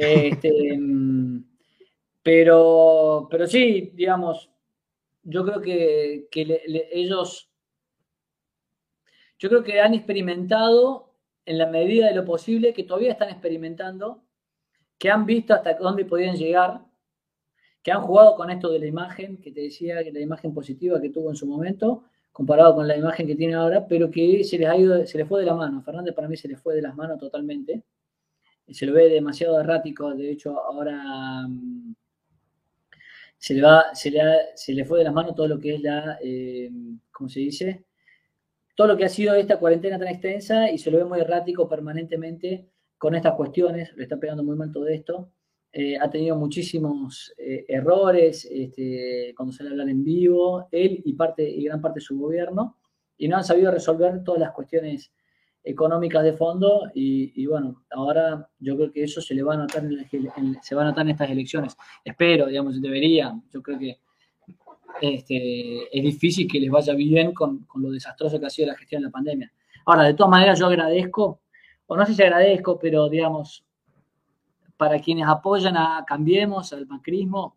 Pero sí, digamos, yo creo que ellos yo creo que han experimentado en la medida de lo posible, que todavía están experimentando, que han visto hasta dónde podían llegar, que han jugado con esto de la imagen, que te decía que la imagen positiva que tuvo en su momento, comparado con la imagen que tiene ahora, pero que se les fue de la mano. Fernández para mí se les fue de las manos totalmente. Se lo ve demasiado errático, de hecho ahora se le fue de las manos todo lo que es ¿cómo se dice? todo lo que ha sido esta cuarentena tan extensa y se lo ve muy errático permanentemente con estas cuestiones, le está pegando muy mal todo esto. Ha tenido muchísimos errores cuando sale a hablar en vivo, él y gran parte de su gobierno, y no han sabido resolver todas las cuestiones económicas de fondo y bueno, ahora yo creo que eso se le va a notar se va a notar en estas elecciones. Espero, digamos, debería, yo creo que es difícil que les vaya bien con lo desastroso que ha sido la gestión de la pandemia. Ahora, de todas maneras, yo agradezco, o no sé si agradezco, pero digamos, para quienes apoyan a Cambiemos, al macrismo,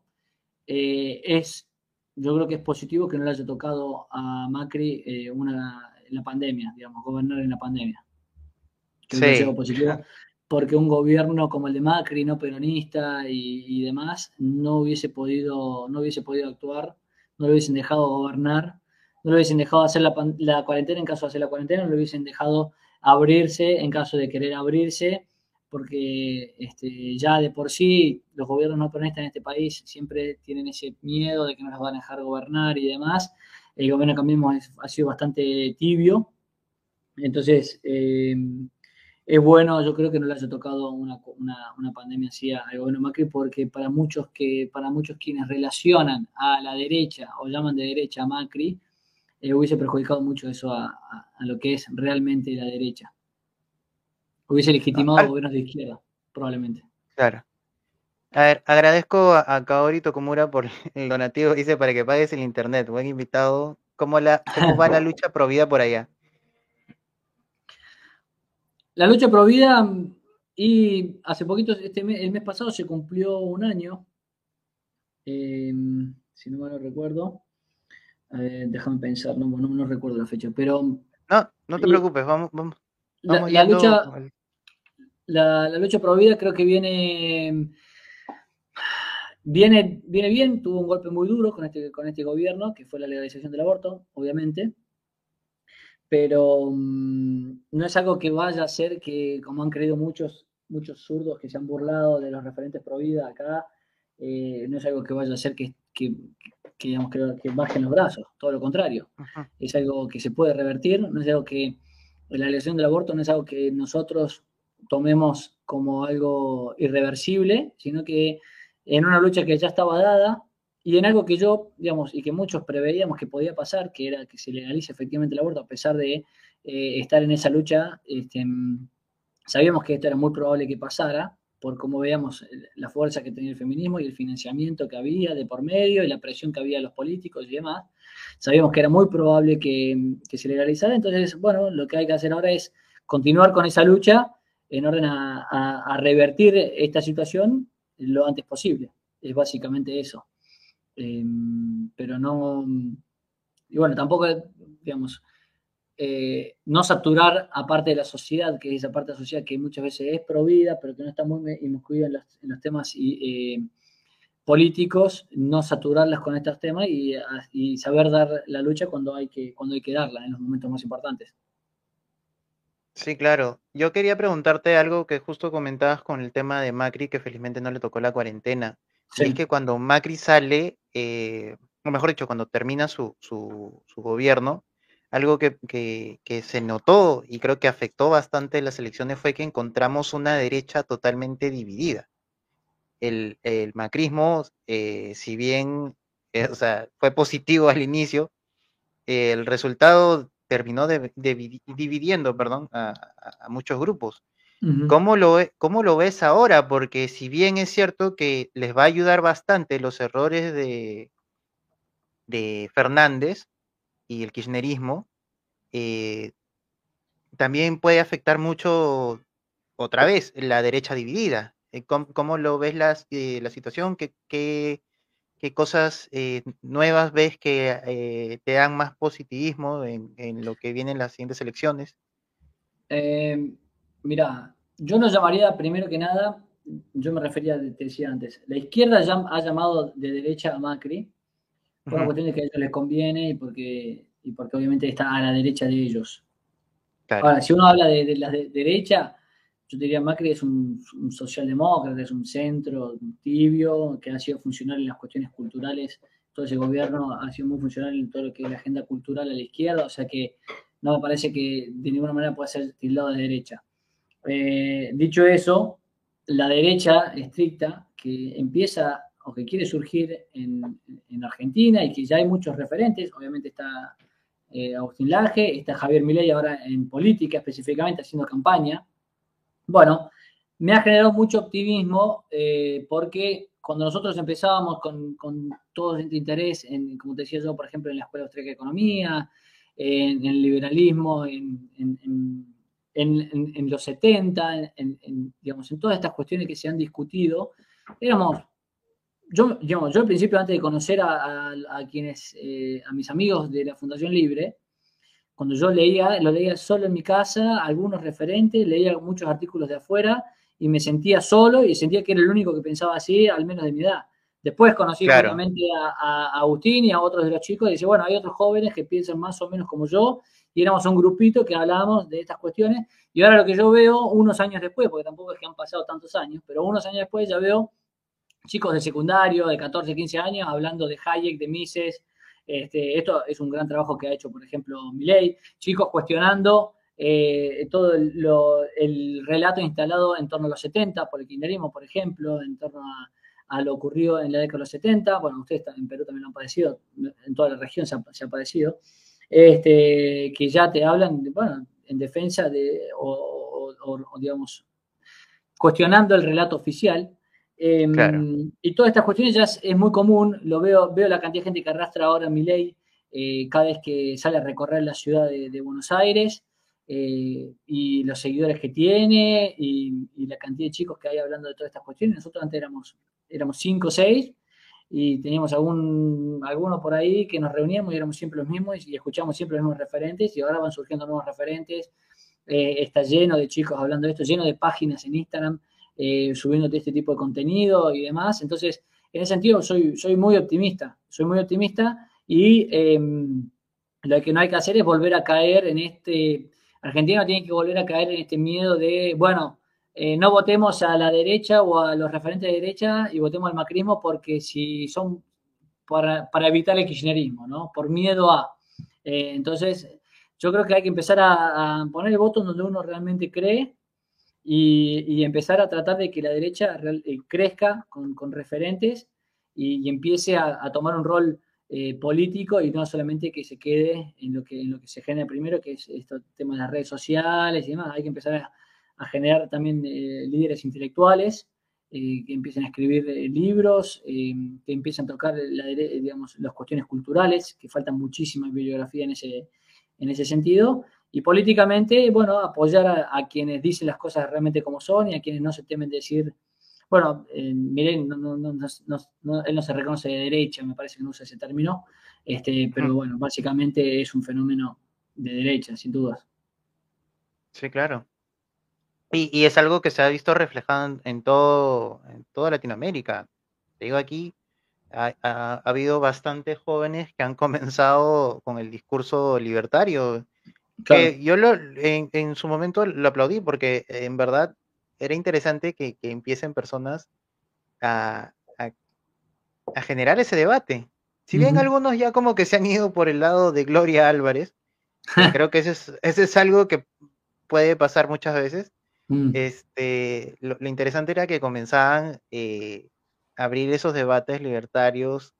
yo creo que es positivo que no le haya tocado a Macri en la pandemia, digamos, gobernar en la pandemia. Creo que es algo Sí, positivo, porque un gobierno como el de Macri, no peronista y demás, no hubiese podido actuar, no lo hubiesen dejado gobernar, no lo hubiesen dejado hacer la cuarentena en caso de hacer la cuarentena, no lo hubiesen dejado abrirse en caso de querer abrirse, porque ya de por sí los gobiernos no peronistas en este país siempre tienen ese miedo de que no los van a dejar gobernar y demás. El gobierno Cambiemos ha sido bastante tibio, entonces es bueno, yo creo que no le haya tocado una pandemia así al gobierno Macri, porque para muchos quienes relacionan a la derecha o llaman de derecha a Macri, hubiese perjudicado mucho eso a lo que es realmente la derecha. Hubiese legitimado al- gobiernos de izquierda, probablemente. claro. A ver, agradezco a Kaori Tokumura por el donativo, dice, para que pagues el internet. Buen invitado. ¿Cómo va la lucha pro vida por allá? La lucha pro vida, y hace poquito, el mes pasado se cumplió un año, si no mal no recuerdo. Déjame pensar, no recuerdo la fecha, pero No, no te y preocupes, la, vamos la yendo. lucha, la lucha pro vida creo que viene bien, tuvo un golpe muy duro con este gobierno, que fue la legalización del aborto, obviamente, pero no es algo que vaya a ser que, como han creído muchos zurdos que se han burlado de los referentes pro vida acá, no es algo que vaya a ser digamos, que bajen los brazos, todo lo contrario. Ujú. Es algo que se puede revertir, no es algo que la legalización del aborto no es algo que nosotros tomemos como algo irreversible, sino que en una lucha que ya estaba dada y en algo que yo, digamos, y que muchos preveíamos que podía pasar, que era que se legalice efectivamente el aborto, a pesar de estar en esa lucha, sabíamos que esto era muy probable que pasara, por cómo veíamos la fuerza que tenía el feminismo y el financiamiento que había de por medio y la presión que había de los políticos y demás. Sabíamos que era muy probable que se legalizara, entonces, bueno, lo que hay que hacer ahora es continuar con esa lucha en orden a revertir esta situación lo antes posible. Es básicamente eso. Pero no, y bueno, tampoco, digamos, no saturar a parte de la sociedad, que es esa parte de la sociedad que muchas veces es pro vida, pero que no está muy inmiscuida en los temas políticos, no saturarlas con estos temas y saber dar la lucha cuando hay que darla en los momentos más importantes. Sí, claro. Yo quería preguntarte algo que justo comentabas con el tema de Macri, que felizmente no le tocó la cuarentena. Y es Sí. que cuando Macri sale, o mejor dicho, cuando termina su gobierno, algo que se notó y creo que afectó bastante las elecciones fue que encontramos una derecha totalmente dividida. El macrismo, si bien, o sea, fue positivo al inicio, el resultado terminó dividiendo, perdón, a muchos grupos. Uh-huh. ¿Cómo lo ves ahora? Porque si bien es cierto que les va a ayudar bastante los errores de Fernández y el kirchnerismo, eh, también puede afectar mucho otra vez la derecha dividida. ¿Cómo lo ves la situación? ¿Qué cosas nuevas ves que te dan más positivismo en lo que vienen las siguientes elecciones? Eh, Mira, yo no llamaría primero que nada, yo me refería, te decía antes, la izquierda ha llamado de derecha a Macri por una Ujú, cuestión de que a ellos les conviene y porque obviamente está a la derecha de ellos. claro. Ahora, si uno habla de la derecha, yo diría Macri es un socialdemócrata, es un centro un tibio, que ha sido funcional en las cuestiones culturales. Todo ese gobierno ha sido muy funcional en todo lo que es la agenda cultural a la izquierda, o sea que no me parece que de ninguna manera pueda ser tildado de derecha. Dicho eso, la derecha estricta que empieza o que quiere surgir en Argentina y que ya hay muchos referentes, obviamente está Agustín Laje, está Javier Milei ahora en política específicamente haciendo campaña. Bueno, me ha generado mucho optimismo porque cuando nosotros empezábamos con todo este interés en, como te decía yo, por ejemplo, en la Escuela Austríaca de Economía, en el liberalismo, en los 70, digamos, en todas estas cuestiones que se han discutido, éramos, digamos, yo al principio, antes de conocer a quienes, a mis amigos de la Fundación Libre, cuando yo leía, lo leía solo en mi casa, algunos referentes, leía muchos artículos de afuera y me sentía solo y sentía que era el único que pensaba así, al menos de mi edad. Después conocí Claro, justamente a Agustín y a otros de los chicos y dice, bueno, hay otros jóvenes que piensan más o menos como yo y éramos un grupito que hablábamos de estas cuestiones y ahora lo que yo veo unos años después, porque tampoco es que han pasado tantos años, pero unos años después ya veo chicos de secundario, de 14, 15 años, hablando de Hayek, de Mises. Esto es un gran trabajo que ha hecho, por ejemplo, Milei. Chicos cuestionando todo el relato instalado en torno a los 70, por el kirchnerismo, por ejemplo, en torno a lo ocurrido en la década de los 70. Bueno, ustedes en Perú también lo han padecido, en toda la región se ha padecido. Que ya te hablan, bueno, en defensa de, o digamos, cuestionando el relato oficial. claro. Y todas estas cuestiones ya es muy común, veo la cantidad de gente que arrastra ahora Milei cada vez que sale a recorrer la ciudad de Buenos Aires, y los seguidores que tiene y la cantidad de chicos que hay hablando de todas estas cuestiones. Nosotros antes éramos 5 o 6 y teníamos algunos por ahí que nos reuníamos y éramos siempre los mismos y escuchamos siempre los mismos referentes y ahora van surgiendo nuevos referentes. Está lleno de chicos hablando de esto, lleno de páginas en Instagram subiendo este tipo de contenido y demás. Entonces, en ese sentido, soy muy optimista y lo que no hay que hacer es volver a caer en este. Argentina tiene que volver a caer en este miedo de, bueno, no votemos a la derecha o a los referentes de derecha y votemos al macrismo porque si son para evitar el kirchnerismo, ¿no? Por miedo a. Entonces, yo creo que hay que empezar a poner el voto donde uno realmente cree y empezar a tratar de que la derecha crezca con referentes y empiece a tomar un rol político y no solamente que se quede en lo que se genera primero, que es este tema de las redes sociales y demás. Hay que empezar a generar también líderes intelectuales que empiecen a escribir libros, que empiecen a tocar digamos, las cuestiones culturales, que falta muchísima bibliografía en ese sentido. Y políticamente, bueno, apoyar a quienes dicen las cosas realmente como son y a quienes no se temen de decir, bueno, miren, él no se reconoce de derecha, me parece que no usa ese término, pero bueno, básicamente es un fenómeno de derecha, sin dudas. Sí, claro. Y es algo que se ha visto reflejado en toda Latinoamérica. Te digo aquí, ha habido bastantes jóvenes que han comenzado con el discurso libertario, Claro. que yo en su momento lo aplaudí porque en verdad era interesante que empiecen personas a generar ese debate. Si bien Ujú. algunos ya como que se han ido por el lado de Gloria Álvarez, que creo que ese es algo que puede pasar muchas veces. Mm, Lo interesante era que comenzaban a abrir esos debates libertarios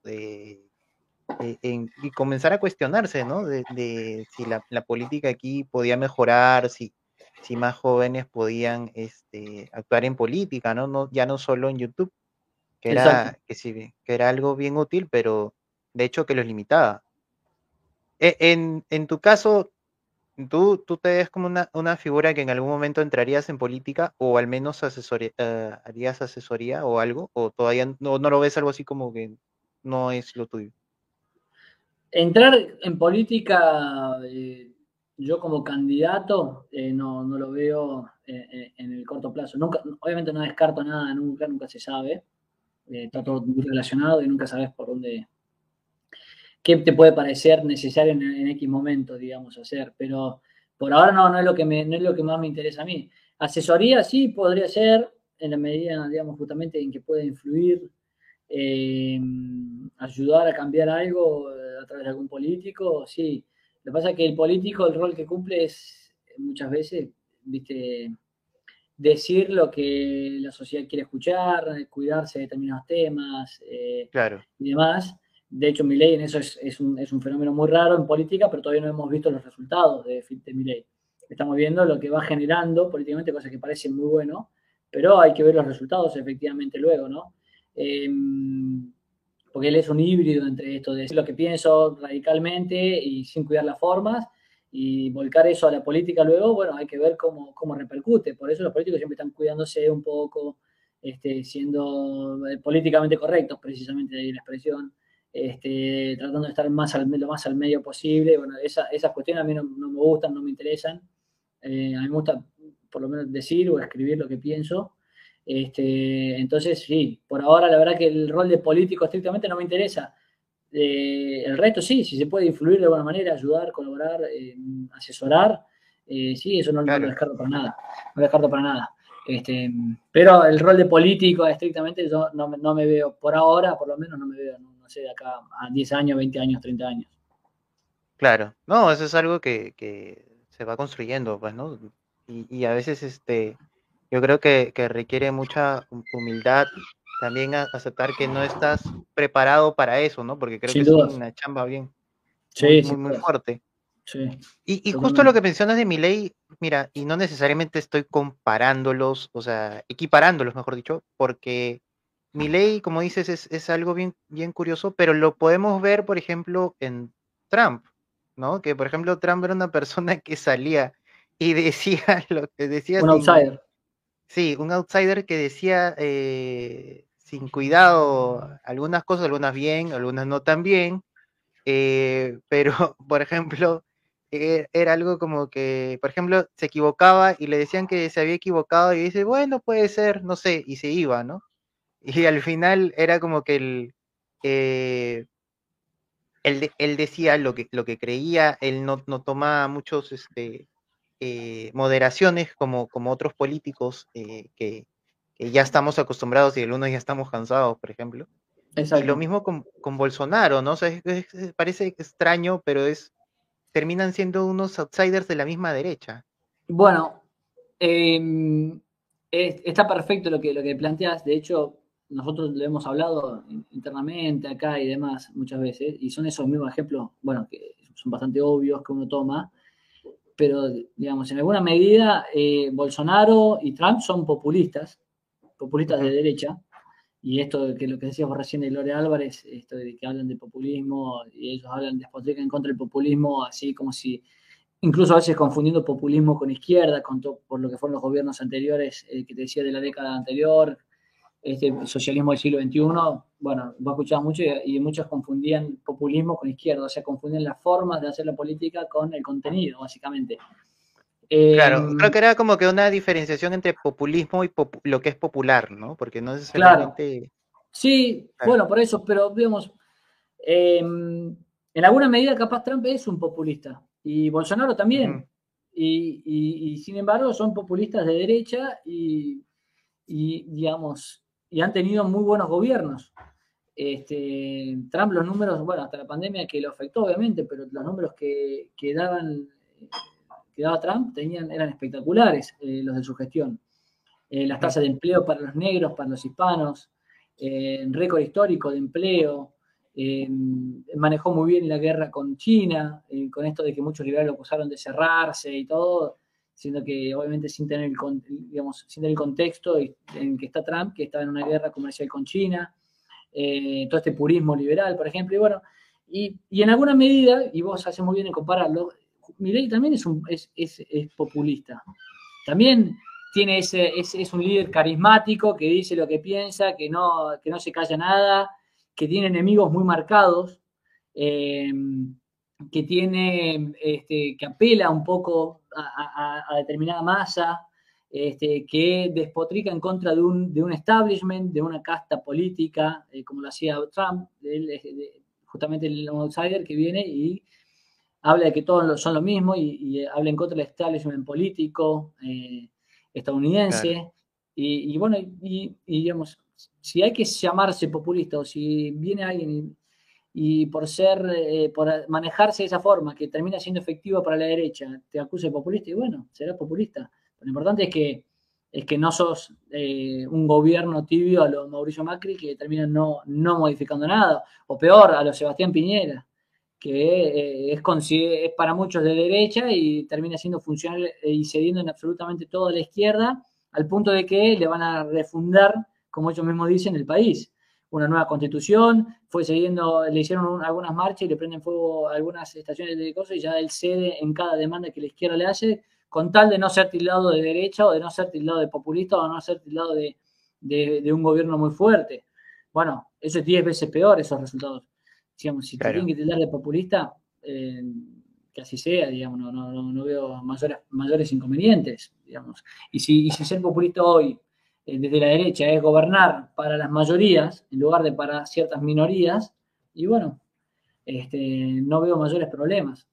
y comenzar a cuestionarse, ¿no? De si la política aquí podía mejorar, si más jóvenes podían actuar en política, ¿no? Ya no solo en YouTube, exacto. que era algo bien útil, pero de hecho que los limitaba. En tu caso, ¿tú te ves como una figura que en algún momento entrarías en política o al menos harías asesoría o algo? ¿O todavía no lo ves algo así como que no es lo tuyo? Entrar en política, yo como candidato, no lo veo en el corto plazo. Nunca, obviamente no descarto nada, nunca se sabe. Está Ujú. todo muy relacionado y nunca sabes por dónde, qué te puede parecer necesario en X momento, digamos, hacer. Pero por ahora no no es lo que más me interesa a mí. Asesoría sí podría ser, en la medida, digamos, justamente en que pueda influir, eh, ayudar a cambiar algo a través de algún político, sí. Lo que pasa es que el político, el rol que cumple es muchas veces, viste, decir lo que la sociedad quiere escuchar, cuidarse de determinados temas Claro, y demás. De hecho, Milei en eso es un fenómeno muy raro en política, pero todavía no hemos visto los resultados de Milei. Estamos viendo lo que va generando políticamente, cosas que parecen muy bueno, pero hay que ver los resultados efectivamente luego, ¿no? Eh, porque él es un híbrido entre esto de decir lo que pienso radicalmente y sin cuidar las formas, y volcar eso a la política luego, bueno, hay que ver cómo repercute. Por eso los políticos siempre están cuidándose un poco, siendo políticamente correctos, precisamente de ahí la expresión, tratando de estar lo más al medio posible. Bueno, esas cuestiones a mí no me gustan, no me interesan. A mí me gusta por lo menos decir o escribir lo que pienso. Entonces, sí, por ahora la verdad que el rol de político estrictamente no me interesa. El resto sí, si se puede influir de alguna manera, ayudar, colaborar, asesorar, sí, eso no lo claro. descarto para nada. No lo descarto para nada. Este, pero el rol de político estrictamente yo no me veo, por ahora, por lo menos no me veo, no sé, de acá a 10 años, 20 años, 30 años. Claro, no, eso es algo que se va construyendo, pues, ¿no? Y a veces, yo creo que requiere mucha humildad también aceptar que no estás preparado para eso, ¿no? Porque creo que Sin es dudas. una chamba bien, muy, Sí, sin muy, muy dudas. fuerte. Sí, Y justo lo totalmente. que mencionas de Milei, mira, y no necesariamente estoy comparándolos, o sea, equiparándolos, mejor dicho, porque Milei, como dices, es algo bien, bien curioso, pero lo podemos ver, por ejemplo, en Trump, ¿no? Que, por ejemplo, Trump era una persona que salía y decía lo que decía Un outsider. sí, un outsider que decía sin cuidado algunas cosas, algunas bien, algunas no tan bien, pero, por ejemplo, era algo como que, por ejemplo, se equivocaba y le decían que se había equivocado y dice, bueno, puede ser, no sé, y se iba, ¿no? Y al final era como que eh, él decía lo que creía, él no tomaba muchos moderaciones como otros políticos que ya estamos acostumbrados y algunos ya estamos cansados, por ejemplo. Y lo Exacto. mismo con Bolsonaro, ¿no? O sea, parece extraño, pero terminan siendo unos outsiders de la misma derecha. Bueno, eh, está perfecto lo que planteas. De hecho, nosotros lo hemos hablado internamente acá y demás muchas veces, y son esos mismos ejemplos, bueno, que son bastante obvios que uno toma, pero digamos, en alguna medida Bolsonaro y Trump son populistas, populistas de Ujú, derecha, y esto de que lo que decías vos recién de Gloria Álvarez, esto de que hablan de populismo y ellos hablan, despotrican contra el populismo, así como si incluso a veces confundiendo populismo con izquierda, por lo que fueron los gobiernos anteriores, que te decía de la década anterior, socialismo del siglo XXI. Bueno, vos escuchabas mucho y muchos confundían populismo con izquierda, o sea, confundían las formas de hacer la política con el contenido, básicamente. Eh, claro, creo que era como que una diferenciación entre populismo y lo que es popular, ¿no? Porque no claro, necesariamente. sí, Claro. bueno, por eso, pero digamos, en alguna medida capaz Trump es un populista y Bolsonaro Ujú, también. Y sin embargo son populistas de derecha digamos, y han tenido muy buenos gobiernos. Trump, los números, bueno, hasta la pandemia que lo afectó, obviamente, pero los números que daba Trump eran espectaculares, los de su gestión. Las ujú, tasas de empleo para los negros, para los hispanos, récord histórico de empleo. Manejó muy bien la guerra con China, con esto de que muchos liberales lo acusaron de cerrarse y todo, siendo que obviamente sin tener digamos, sin tener el contexto en que está Trump, que estaba en una guerra comercial con China, todo este purismo liberal, por ejemplo, y bueno, y en alguna medida, y vos haces muy bien en compararlo, Milei también es populista. También es un líder carismático que dice lo que piensa, que no se calla nada, que tiene enemigos muy marcados, eh, que apela un poco a determinada masa, que despotrica en contra de un establishment, de una casta política, como lo hacía Trump. Él es justamente el outsider que viene y habla de que todos son lo mismo y habla en contra del establishment político claro. estadounidense. Bueno, digamos, si hay que llamarse populista o si viene alguien y por manejarse de esa forma, que termina siendo efectiva para la derecha, te acusa de populista, y bueno, serás populista. Pero lo importante es que no sos un gobierno tibio a lo Mauricio Macri que termina no modificando nada, o peor, a lo Sebastián Piñera, que es para muchos de derecha y termina siendo funcional y cediendo en absolutamente todo a la izquierda, al punto de que le van a refundar, como ellos mismos dicen, el país. Una nueva constitución, le hicieron algunas marchas y le prenden fuego a algunas estaciones de cosas y ya él cede en cada demanda que la izquierda le hace, con tal de no ser tildado de derecha o de no ser tildado de populista o no ser tildado de un gobierno muy fuerte. Bueno, eso es 10 veces peor, esos resultados. Digamos, si te tienen Claro. que tildar de populista, que así sea, digamos, no veo mayores inconvenientes, digamos. Y si ser populista hoy, desde la derecha, es gobernar para las mayorías en lugar de para ciertas minorías, y bueno, no veo mayores problemas.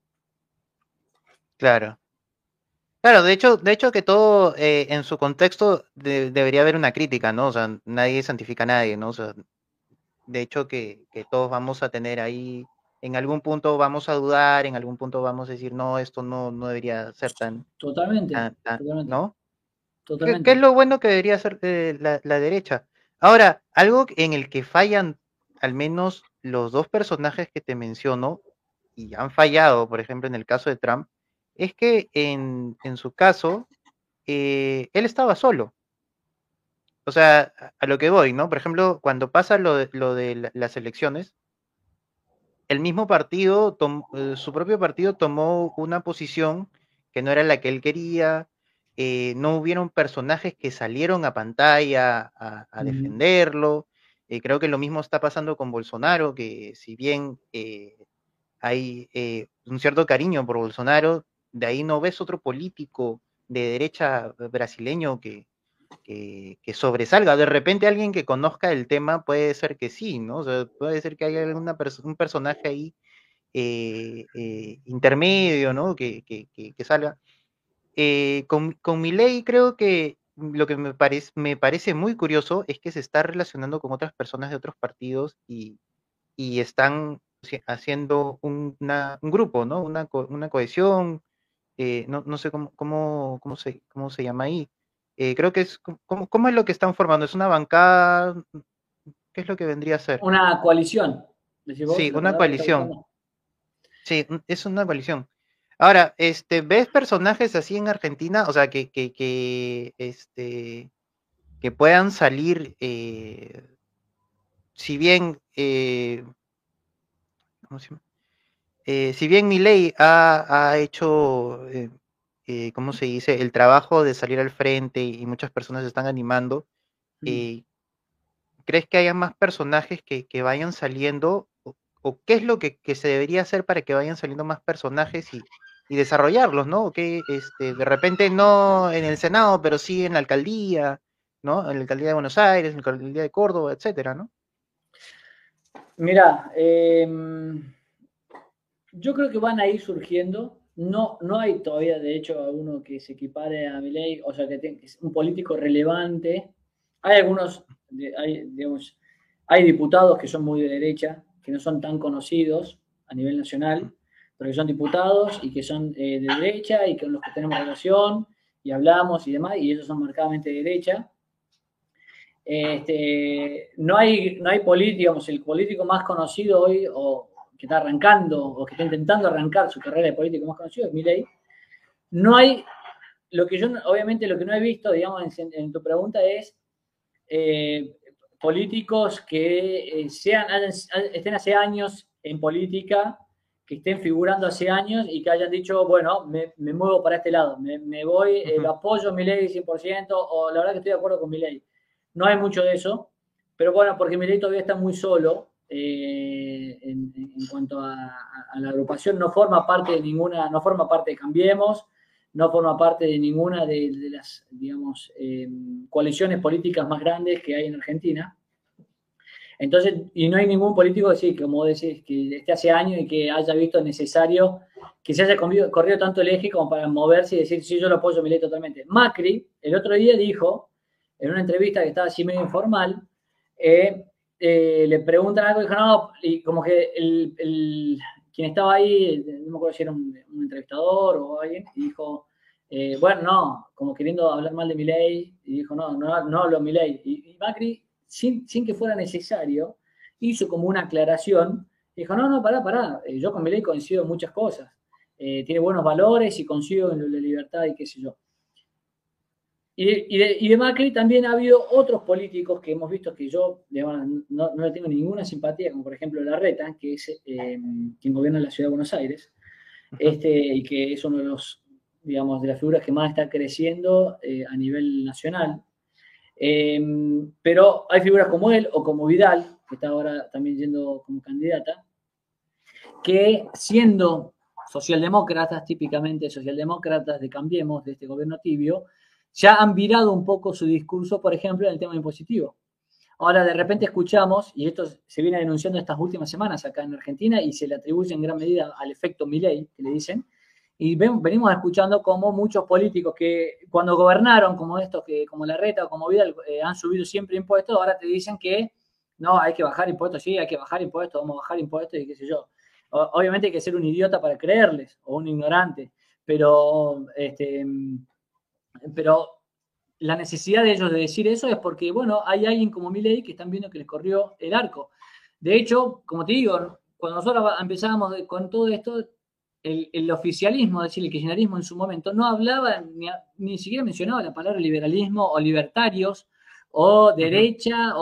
Claro. Claro, de hecho que todo en su contexto debería haber una crítica, ¿no? O sea, nadie santifica a nadie, ¿no? O sea, de hecho que todos vamos a tener ahí, en algún punto vamos a dudar, en algún punto vamos a decir, no, esto no debería ser Totalmente, totalmente, ¿no? ¿Qué es totalmente. lo bueno que debería hacer la derecha? Ahora, algo en el que fallan al menos los dos personajes que te menciono, y han fallado, por ejemplo, en el caso de Trump, es que en su caso, él estaba solo. O sea, a lo que voy, ¿no? Por ejemplo, cuando pasa lo de las elecciones, el mismo partido, su propio partido tomó una posición que no era la que él quería, no hubieron personajes que salieron a pantalla a Mm. defenderlo. Creo que lo mismo está pasando con Bolsonaro, que si bien hay un cierto cariño por Bolsonaro, de ahí no ves otro político de derecha brasileño que sobresalga. De repente alguien que conozca el tema puede ser que sí, ¿no? O sea, puede ser que haya un personaje ahí intermedio, ¿no? Que salga. Con Milei creo que lo que me parece muy curioso es que se está relacionando con otras personas de otros partidos y están haciendo un grupo, ¿no? Una cohesión, no sé cómo se llama ahí. Creo que es, ¿cómo es lo que están formando? ¿Es una bancada? ¿Qué es lo que vendría a ser? Una coalición, decís vos, Sí, la una palabra que está coalición. buscando. Sí, es una coalición. Ahora, ¿ves personajes así en Argentina? O sea, que puedan salir, si bien, ¿cómo se llama? Si bien Milei ha hecho, ¿cómo se dice? El trabajo de salir al frente y muchas personas se están animando, Mm. eh, ¿crees que haya más personajes que vayan saliendo? O qué es lo que se debería hacer para que vayan saliendo más personajes y desarrollarlos, ¿no? O que de repente no en el Senado, pero sí en la alcaldía, ¿no? En la alcaldía de Buenos Aires, en la alcaldía de Córdoba, etcétera, ¿no? Mira, yo creo que van a ir surgiendo. No hay todavía, de hecho, uno que se equipare a Milei, o sea, que es un político relevante. Hay algunos, digamos, hay diputados que son muy de derecha, que no son tan conocidos a nivel nacional, pero que son diputados y que son de derecha y con los que tenemos relación y hablamos y demás, y ellos son marcadamente de derecha. No hay político, digamos, el político más conocido hoy, o que está arrancando, o que está intentando arrancar su carrera de político más conocido, es Milei. No hay, obviamente, lo que no he visto, digamos, en tu pregunta es eh, políticos que estén hace años en política, que estén figurando hace años y que hayan dicho, bueno, me muevo para este lado, me voy, lo apoyo a Milei 100%, o la verdad que estoy de acuerdo con Milei. No hay mucho de eso, pero bueno, porque Milei todavía está muy solo en cuanto a la agrupación, no forma parte de ninguna, no forma parte de Cambiemos, no forma parte de ninguna de las, digamos, coaliciones políticas más grandes que hay en Argentina. Entonces, y no hay ningún político que sí, como decís, que esté hace años y que haya visto necesario que se haya corrido tanto el eje como para moverse y decir, sí, yo lo apoyo a Milei totalmente. Macri, el otro día dijo, en una entrevista que estaba así medio informal, le preguntan algo y dijo, no, y como que quien estaba ahí, no me acuerdo si era un entrevistador o alguien, y dijo, bueno, no, como queriendo hablar mal de Milei, y dijo, no hablo de Milei. Y Macri, sin que fuera necesario, hizo como una aclaración, y dijo, no, pará, yo con Milei coincido en muchas cosas, tiene buenos valores y coincido en la libertad y qué sé yo. Y de Macri también ha habido otros políticos que hemos visto que yo no le tengo ninguna simpatía, como por ejemplo Larreta, que es quien gobierna la ciudad de Buenos Aires, y que es uno de los, digamos, de las figuras que más está creciendo a nivel nacional. Pero hay figuras como él o como Vidal, que está ahora también yendo como candidata, que siendo socialdemócratas, típicamente socialdemócratas de Cambiemos, de este gobierno tibio, ya han virado un poco su discurso, por ejemplo, en el tema impositivo. Ahora de repente escuchamos, y esto se viene denunciando estas últimas semanas acá en Argentina y se le atribuye en gran medida al efecto Milei, que le dicen, y venimos escuchando como muchos políticos que cuando gobernaron, como estos, como Larreta o como Vidal, han subido siempre impuestos, ahora te dicen que no, hay que bajar impuestos, sí, hay que bajar impuestos, vamos a bajar impuestos y qué sé yo. Obviamente hay que ser un idiota para creerles, o un ignorante, pero la necesidad de ellos de decir eso es porque, bueno, hay alguien como Milei que están viendo que les corrió el arco. De hecho, como te digo, cuando nosotros empezábamos con todo esto, el oficialismo, es decir, el kirchnerismo en su momento, no hablaba ni siquiera mencionaba la palabra liberalismo o libertarios o derecha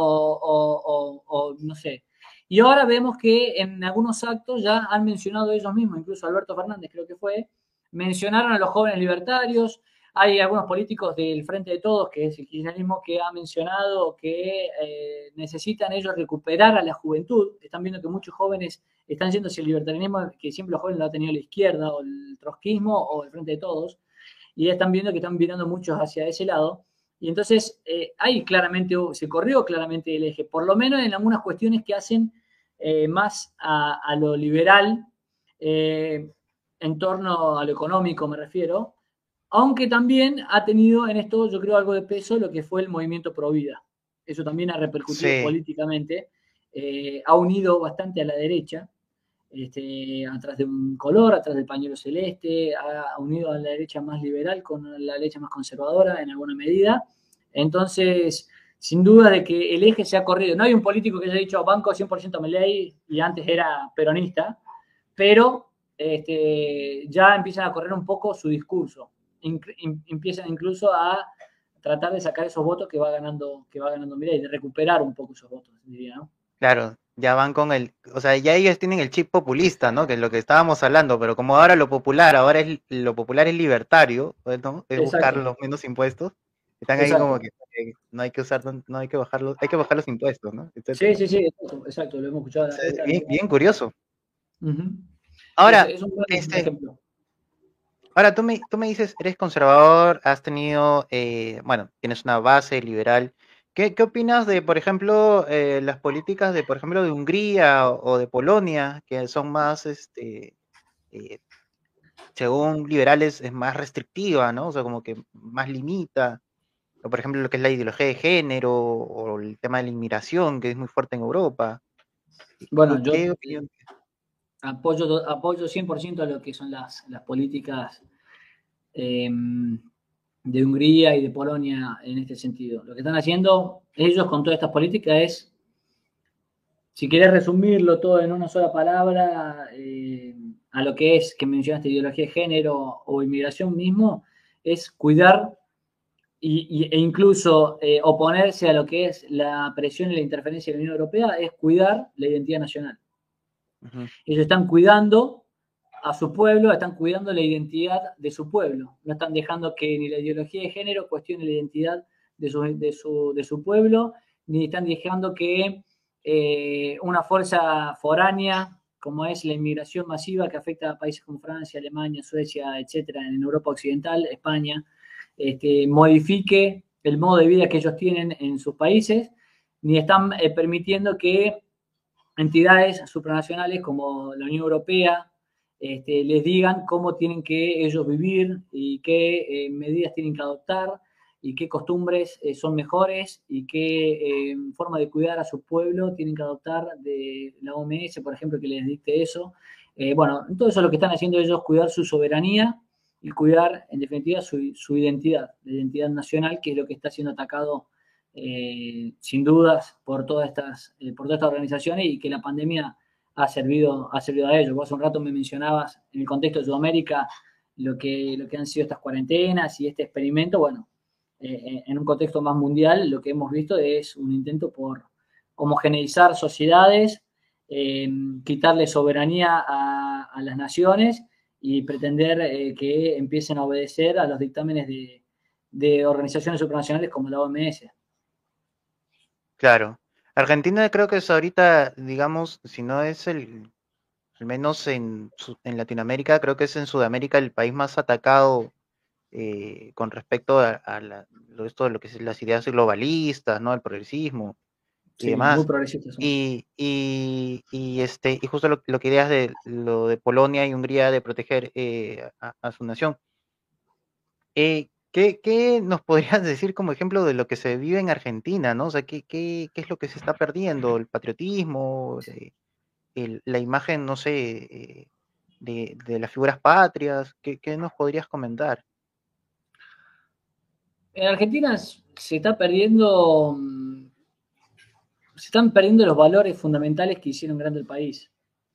o no sé. Y ahora vemos que en algunos actos ya han mencionado ellos mismos, incluso Alberto Fernández creo que fue, mencionaron a los jóvenes libertarios. Hay algunos políticos del Frente de Todos, que es el kirchnerismo, que ha mencionado que necesitan ellos recuperar a la juventud. Están viendo que muchos jóvenes están yendo hacia el libertarianismo, que siempre los jóvenes lo ha tenido la izquierda, o el trotskismo, o el Frente de Todos, y están viendo que están virando muchos hacia ese lado. Y entonces ahí claramente, se corrió claramente el eje, por lo menos en algunas cuestiones que hacen más a lo liberal, en torno a lo económico me refiero, aunque también ha tenido en esto, yo creo, algo de peso lo que fue el movimiento Pro Vida. Eso también ha repercutido Sí. políticamente, ha unido bastante a la derecha, atrás de un color, atrás del pañuelo celeste, ha unido a la derecha más liberal con la derecha más conservadora en alguna medida. Entonces, sin duda de que el eje se ha corrido. No hay un político que haya dicho banco 100% Milei y antes era peronista, pero ya empiezan a correr un poco su discurso. Empiezan incluso a tratar de sacar esos votos que va ganando Milei, de recuperar un poco esos votos, diría, ¿no? Claro, ya van con o sea, ya ellos tienen el chip populista, ¿no? Que es lo que estábamos hablando, pero como ahora lo popular es libertario, pues, ¿no? Es buscar Exacto, los menos impuestos. Están ahí como exacto. que no hay que usar, no hay que bajarlos, hay que bajar los impuestos, ¿no? Sí, Etcétera. sí, sí, exacto, lo hemos escuchado Es hablar. bien, bien curioso. Uh-huh. Ahora, Es un buen este, ejemplo. ahora tú me dices, eres conservador, has tenido, bueno, tienes una base liberal. ¿Qué opinas de, por ejemplo, las políticas de, por ejemplo, de Hungría o de Polonia, que son más, eh, según liberales, es más restrictiva, ¿no? O sea, como que más limita, o por ejemplo, lo que es la ideología de género, o el tema de la inmigración, que es muy fuerte en Europa. Bueno, yo ¿Qué opinión? apoyo 100% a lo que son las políticas eh, de Hungría y de Polonia en este sentido. Lo que están haciendo ellos con todas estas políticas es, si querés resumirlo todo en una sola palabra, a lo que es, que mencionaste, ideología de género o inmigración mismo, es cuidar e incluso oponerse a lo que es la presión y la interferencia de la Unión Europea, es cuidar la identidad nacional. Ujú. Ellos están cuidando a su pueblo, están cuidando la identidad de su pueblo. No están dejando que ni la ideología de género cuestione la identidad de su pueblo, ni están dejando que una fuerza foránea, como es la inmigración masiva que afecta a países como Francia, Alemania, Suecia, etcétera, en Europa Occidental, España, modifique el modo de vida que ellos tienen en sus países, ni están permitiendo que entidades supranacionales como la Unión Europea les digan cómo tienen que ellos vivir y qué medidas tienen que adoptar y qué costumbres son mejores y qué forma de cuidar a su pueblo tienen que adoptar de la OMS, por ejemplo, que les dicte eso. Bueno, todo eso es lo que están haciendo ellos, cuidar su soberanía y cuidar, en definitiva, su identidad, la identidad nacional, que es lo que está siendo atacado sin dudas por todas estas organizaciones y que la pandemia ha servido a ello. Vos hace un rato me mencionabas en el contexto de Sudamérica lo que han sido estas cuarentenas y este experimento. Bueno, en un contexto más mundial, lo que hemos visto es un intento por homogeneizar sociedades, quitarle soberanía a las naciones y pretender que empiecen a obedecer a los dictámenes de organizaciones supranacionales como la OMS. Claro. Argentina creo que es ahorita, digamos, si no es al menos en Latinoamérica, creo que es en Sudamérica el país más atacado con respecto esto de lo que es las ideas globalistas, ¿no? El progresismo y Sí, muy demás. progresistas son. Y justo lo que ideas de lo de Polonia y Hungría de proteger a su nación. ¿Qué nos podrías decir como ejemplo de lo que se vive en Argentina, ¿no? O sea, ¿qué es lo que se está perdiendo? ¿El patriotismo? La imagen, no sé, de las figuras patrias? ¿Qué nos podrías comentar? En Argentina se están perdiendo los valores fundamentales que hicieron grande el país.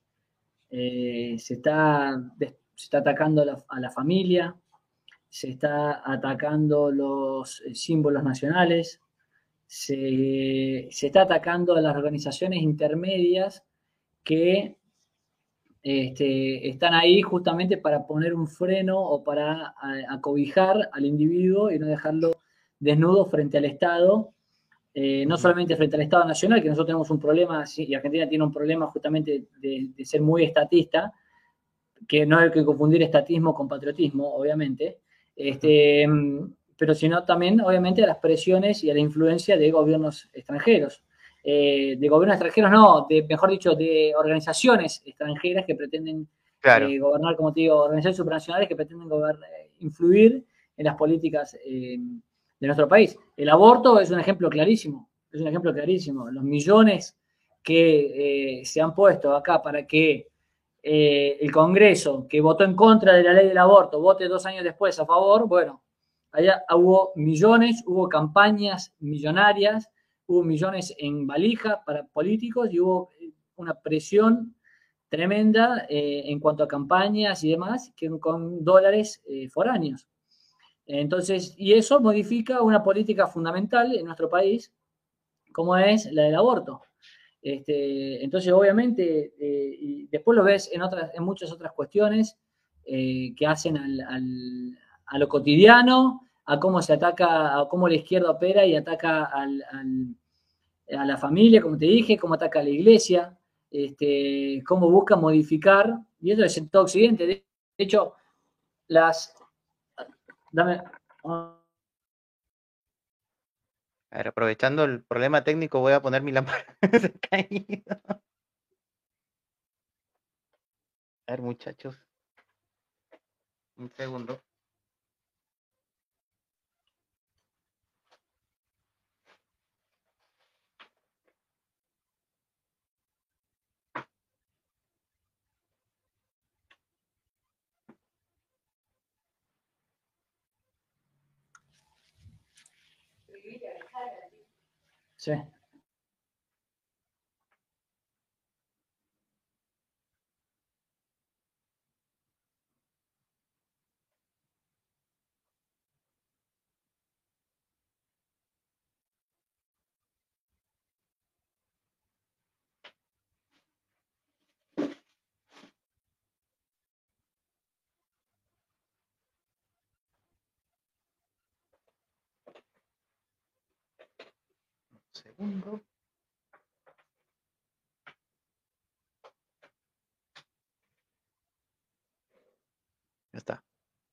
Se está atacando a la familia, se está atacando los símbolos nacionales, se está atacando a las organizaciones intermedias que están ahí justamente para poner un freno o para acobijar al individuo y no dejarlo desnudo frente al Estado, no Ujú. solamente frente al Estado Nacional, que nosotros tenemos un problema, sí, y Argentina tiene un problema justamente de ser muy estatista, que no hay que confundir estatismo con patriotismo, obviamente, Ujú. este, pero sino también, obviamente, a las presiones y a la influencia de gobiernos extranjeros. De gobiernos extranjeros, no, mejor dicho, de organizaciones extranjeras que pretenden Claro, gobernar, como te digo, organizaciones supranacionales que pretenden influir en las políticas de nuestro país. El aborto es un ejemplo clarísimo, es un ejemplo clarísimo. Los millones que se han puesto acá para que el Congreso, que votó en contra de la ley del aborto, vote 2 años después a favor, bueno, allá hubo millones, hubo campañas millonarias, hubo millones en valija para políticos y hubo una presión tremenda en cuanto a campañas y demás, que con dólares foráneos. Entonces, y eso modifica una política fundamental en nuestro país, como es la del aborto. Entonces, obviamente, y después lo ves en muchas otras cuestiones que hacen a lo cotidiano, a cómo se ataca, a cómo la izquierda opera y ataca a la familia, como te dije, cómo ataca a la iglesia, cómo busca modificar, y eso es en todo Occidente. De hecho, las... Dame, a ver, aprovechando el problema técnico, voy a poner mi lámpara. Se ha caído. A ver, muchachos, un segundo. sí. Un segundo. Ya está.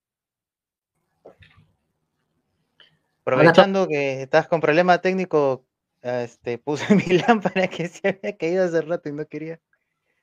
Acá está. Aprovechando que estás con problema técnico, puse mi lámpara que se había caído hace rato y no quería.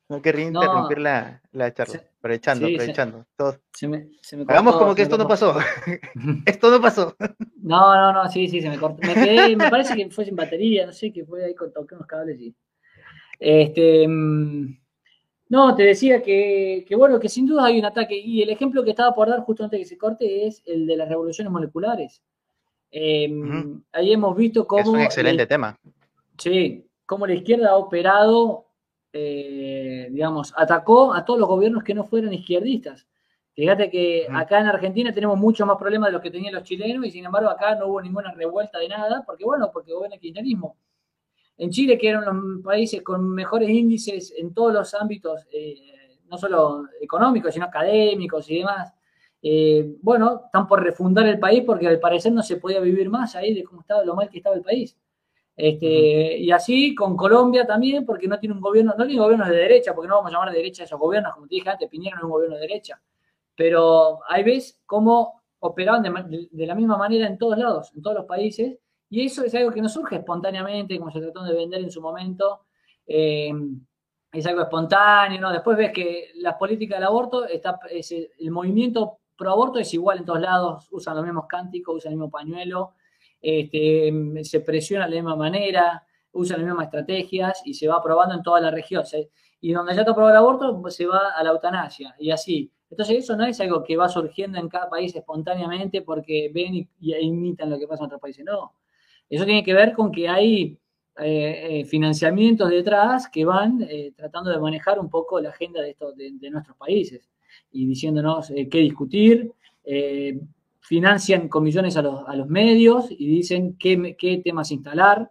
No querría interrumpir No, la charla. se- Aprovechando, sí, aprovechando. Todos. se me Hagamos cortó, como se que me esto no cortó. pasó. Esto no pasó. No, no, no, sí, sí, se me cortó. Me quedé, me parece que fue sin batería, no sé, que fue ahí con toqué unos cables y. Este, no, te decía que, bueno, que sin duda hay un ataque. Y el ejemplo que estaba por dar justo antes de que se corte es el de las revoluciones moleculares. Eh, Ujú. Ahí hemos visto Es un cómo excelente tema. sí, cómo la izquierda ha operado, digamos, atacó a todos los gobiernos que no fueran izquierdistas. Fíjate que Ujú. acá en Argentina tenemos muchos más problemas de los que tenían los chilenos y sin embargo acá no hubo ninguna revuelta de nada, porque bueno, porque gobierna el kirchnerismo. En Chile, que eran los países con mejores índices en todos los ámbitos, no solo económicos, sino académicos y demás, bueno, están por refundar el país porque al parecer no se podía vivir más ahí de cómo estaba, lo mal que estaba el país. Ujú. Y así con Colombia también, porque no tiene un gobierno, no tiene gobiernos de derecha, porque no vamos a llamar de derecha a esos gobiernos, como te dije antes, Piñera no es un gobierno de derecha, pero ahí ves cómo operaban de la misma manera en todos lados, en todos los países, y eso es algo que no surge espontáneamente, como se trató de vender en su momento, eh, es algo espontáneo, ¿no? Después ves que la política del aborto, el movimiento pro aborto es igual en todos lados, usan los mismos cánticos, usan el mismo pañuelo, se presiona de la misma manera, usan las mismas estrategias y se va aprobando en toda la región. Y donde ya está aprobado el aborto, pues se va a la eutanasia y así. Entonces eso no es algo que va surgiendo en cada país espontáneamente porque ven y imitan lo que pasa en otros países, no. Eso tiene que ver con que hay financiamientos detrás que van tratando de manejar un poco la agenda de nuestros países y diciéndonos qué discutir, eh, financian comisiones a los medios y dicen qué temas instalar.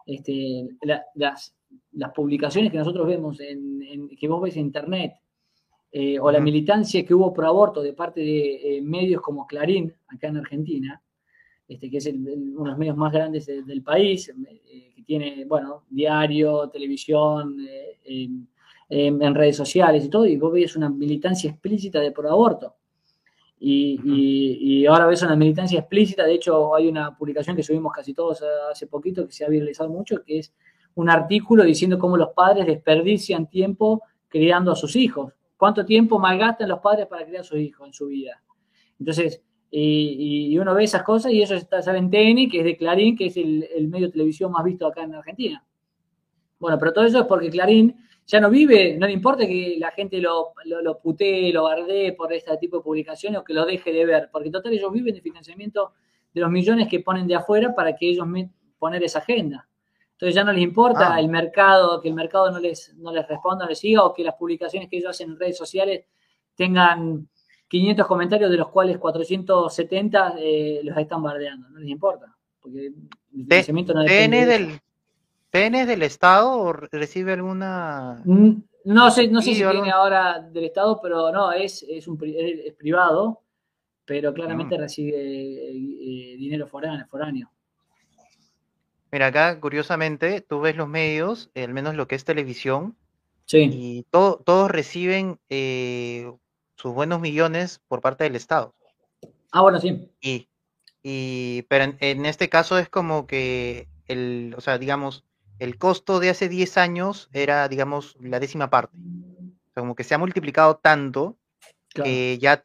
Las publicaciones que nosotros vemos, que vos ves en internet, o la Ujú. militancia que hubo pro aborto de parte de medios como Clarín, acá en Argentina, que es uno de los medios más grandes del país, que tiene, bueno, diario, televisión, en redes sociales y todo, y vos ves una militancia explícita de pro aborto. Ujú. Y ahora ves una militancia explícita, de hecho hay una publicación que subimos casi todos hace poquito que se ha viralizado mucho, que es un artículo diciendo cómo los padres desperdician tiempo criando a sus hijos. ¿Cuánto tiempo malgastan los padres para criar a sus hijos en su vida? Entonces, y uno ve esas cosas y eso está, sale en TN, que es de Clarín, que es el medio de televisión más visto acá en Argentina. Bueno, pero todo eso es porque Clarín ya no vive, no le importa que la gente lo putee, lo bardee por este tipo de publicaciones o que lo deje de ver, porque en total ellos viven de financiamiento de los millones que ponen de afuera para que ellos poner esa agenda. Entonces ya no les importa Ah, el mercado, que el mercado no les responda, no les siga, o que las publicaciones que ellos hacen en redes sociales tengan 500 comentarios, de los cuales 470 los están bardeando. No les importa, porque el T- financiamiento no depende ¿TN de ellos. del, TN del Estado o recibe alguna No sé, no sé si subsidio o tiene algo? ahora del Estado, pero no, es privado, pero Mm. claramente recibe dinero foráneo. Mira, acá curiosamente tú ves los medios, al menos lo que es televisión, Sí. y todos reciben sus buenos millones por parte del Estado. Ah, bueno, sí. Y, pero en este caso es como que o sea, digamos, el costo de hace 10 años era, digamos, la décima parte. O sea, como que se ha multiplicado tanto Claro, que ya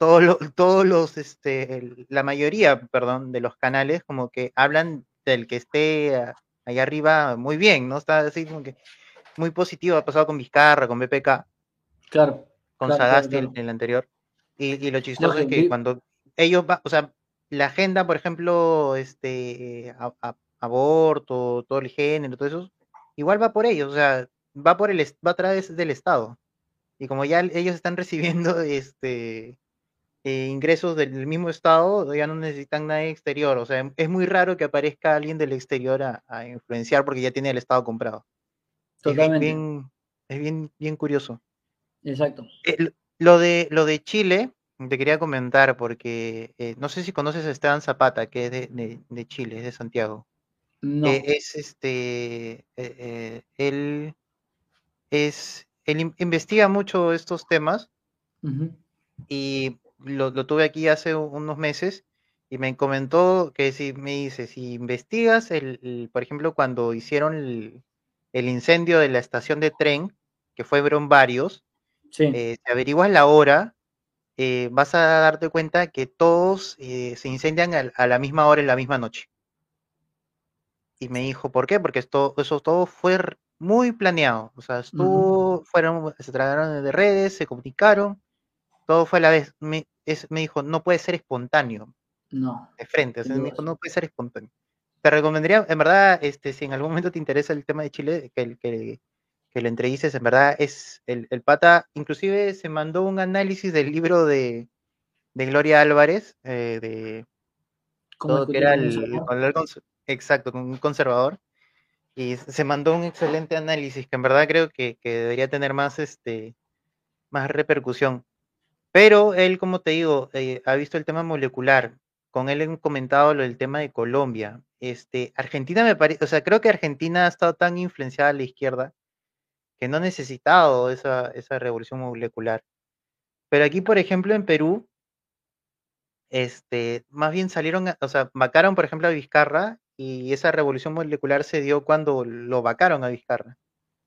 la mayoría, perdón, de los canales como que hablan del que esté ahí arriba muy bien, ¿no? Está así como que muy positivo, ha pasado con Vizcarra, con BPK, claro, con claro, claro, Sagasti claro. el anterior, y lo No, chistoso es que cuando ellos o sea, la agenda, por ejemplo, aborto, todo el género, todo eso, igual va por ellos, o sea, va a través del Estado. Y como ya ellos están recibiendo ingresos del mismo estado, ya no necesitan nada exterior. O sea, es muy raro que aparezca alguien del exterior a influenciar porque ya tiene el estado comprado. Es totalmente. bien curioso. Exacto. Lo de Chile, te quería comentar porque no sé si conoces a Esteban Zapata, que es de Chile, es de Santiago. No. Él investiga mucho estos temas Ujú. y lo tuve aquí hace unos meses y me comentó que si me dice, si investigas por ejemplo, cuando hicieron el incendio de la estación de tren, que fueron varios, Sí. si averiguas la hora, vas a darte cuenta que todos se incendian a la misma hora en la misma noche. Y me dijo, ¿por qué? Porque eso todo fue muy planeado. O sea, Ujú. se trataron de redes, se comunicaron, todo fue a la vez. Me dijo, no puede ser espontáneo, No, de frente. O sin sea, me dijo, dudas. no puede ser espontáneo. Te recomendaría, en verdad, si en algún momento te interesa el tema de Chile, que lo entrevistes, en verdad, es el pata, inclusive se mandó un análisis del libro de Gloria Álvarez, de ¿Cómo todo que discutir era con un conservador? exacto, con un conservador, y se mandó un excelente análisis que en verdad creo que debería tener más, más repercusión. Pero él, como te digo, ha visto el tema molecular. Con él he comentado lo del tema de Colombia. Argentina me parece, o sea, creo que Argentina ha estado tan influenciada a la izquierda que no ha necesitado esa revolución molecular. Pero aquí, por ejemplo, en Perú, más bien salieron, o sea, vacaron, por ejemplo, a Vizcarra y esa revolución molecular se dio cuando lo vacaron a Vizcarra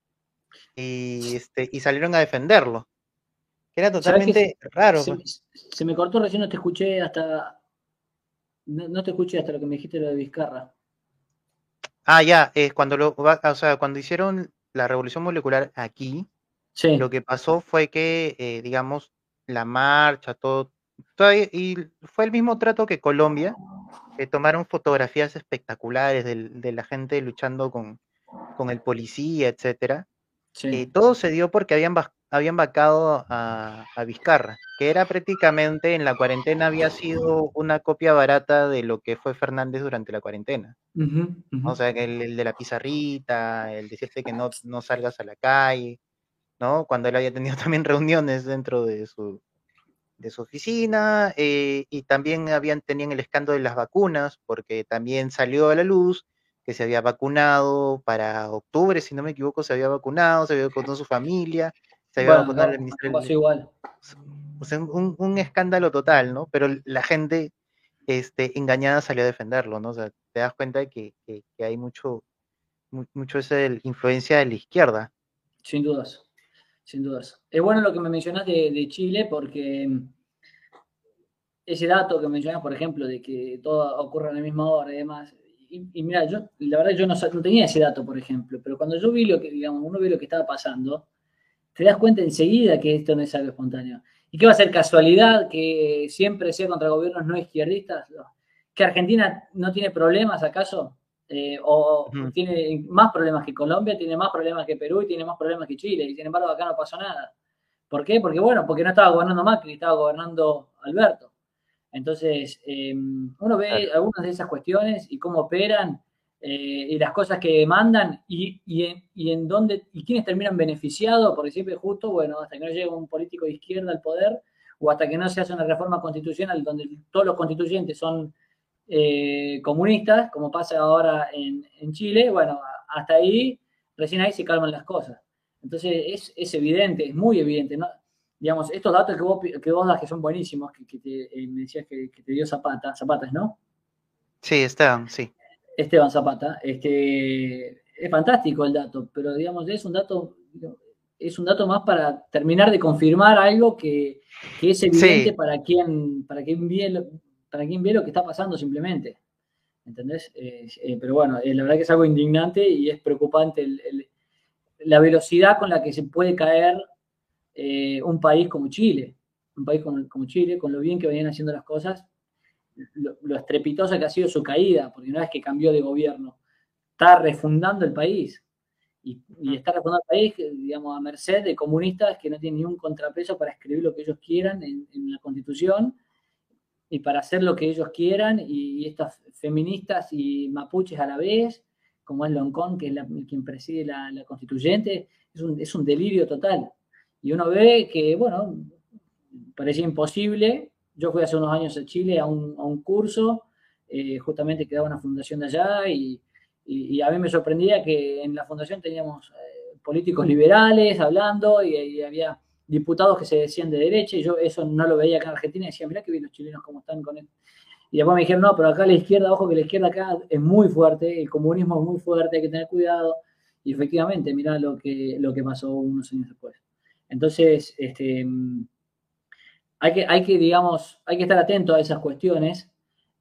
y salieron a defenderlo, que era ¿Sabes qué? totalmente raro, Se, pues. me se me cortó recién, no te escuché hasta. No te escuché hasta lo que me dijiste lo de Vizcarra. Ah, ya, o sea, cuando hicieron la revolución molecular aquí, lo Sí. que pasó fue que, digamos, la marcha, y fue el mismo trato que Colombia, que tomaron fotografías espectaculares de la gente luchando con el policía, etcétera. Sí. Todo se dio porque habían vacado a Vizcarra, que era prácticamente en la cuarentena había sido una copia barata de lo que fue Fernández durante la cuarentena. Ujú, ujú. O sea, que el de la pizarrita, el decirte que no salgas a la calle, ¿no? Cuando él había tenido también reuniones dentro de su oficina, y también tenían el escándalo de las vacunas, porque también salió a la luz que se había vacunado para octubre, si no me equivoco, se había vacunado su familia, se había Bueno, vacunado acá, el ministro acá pasó igual. o sea, un escándalo total, ¿no? Pero la gente engañada salió a defenderlo, ¿no? O sea, te das cuenta de que hay mucho esa influencia de la izquierda. Sin dudas. Sin dudas. Es bueno lo que me mencionas de Chile porque ese dato que mencionas, por ejemplo, de que todo ocurre a la misma hora y demás. Y mira, yo, la verdad, yo no tenía ese dato, por ejemplo, pero cuando yo vi lo que, digamos, uno ve lo que estaba pasando, te das cuenta enseguida que esto no es algo espontáneo. ¿Y qué va a ser casualidad que siempre sea contra gobiernos no izquierdistas? No. ¿Que Argentina no tiene problemas acaso? O Ujú. tiene más problemas que Colombia, tiene más problemas que Perú y tiene más problemas que Chile, y sin embargo acá no pasó nada. ¿Por qué? Porque bueno, porque no estaba gobernando Macri, estaba gobernando Alberto. Entonces, uno ve Claro. algunas de esas cuestiones y cómo operan y las cosas que demandan y en dónde y quiénes terminan beneficiados, porque siempre es justo, bueno, hasta que no llegue un político de izquierda al poder o hasta que no se hace una reforma constitucional donde todos los constituyentes son comunistas, como pasa ahora en Chile, bueno, hasta ahí, recién ahí se calman las cosas. Entonces es evidente, es muy evidente, ¿no? Digamos, estos datos que vos das que son buenísimos, me decías que te dio Zapatas, ¿no? Sí, Esteban, sí. Esteban Zapata, es fantástico el dato, pero digamos, es un dato más para terminar de confirmar algo que es evidente Sí, para quien ve lo que está pasando simplemente. ¿Entendés? Pero bueno, la verdad que es algo indignante y es preocupante la velocidad con la que se puede caer un país como Chile. Un país como Chile, con lo bien que venían haciendo las cosas, lo estrepitosa que ha sido su caída, porque una vez que cambió de gobierno, está refundando el país. Y ujú, está refundando el país, digamos, a merced de comunistas que no tienen ni un contrapeso para escribir lo que ellos quieran en la Constitución y para hacer lo que ellos quieran, y estas feministas y mapuches a la vez, como es Loncón, que es quien preside la constituyente, es un delirio total. Y uno ve que, bueno, parecía imposible. Yo fui hace unos años a Chile a un curso, justamente que daba una fundación de allá, y a mí me sorprendía que en la fundación teníamos políticos liberales hablando y había diputados que se decían de derecha, y yo eso no lo veía acá en Argentina y decía, mirá que bien los chilenos cómo están con esto. Y después me dijeron, no, pero acá la izquierda, ojo que la izquierda acá es muy fuerte, el comunismo es muy fuerte, hay que tener cuidado. Y efectivamente, mirá lo que pasó unos años después. Entonces, digamos, hay que estar atento a esas cuestiones.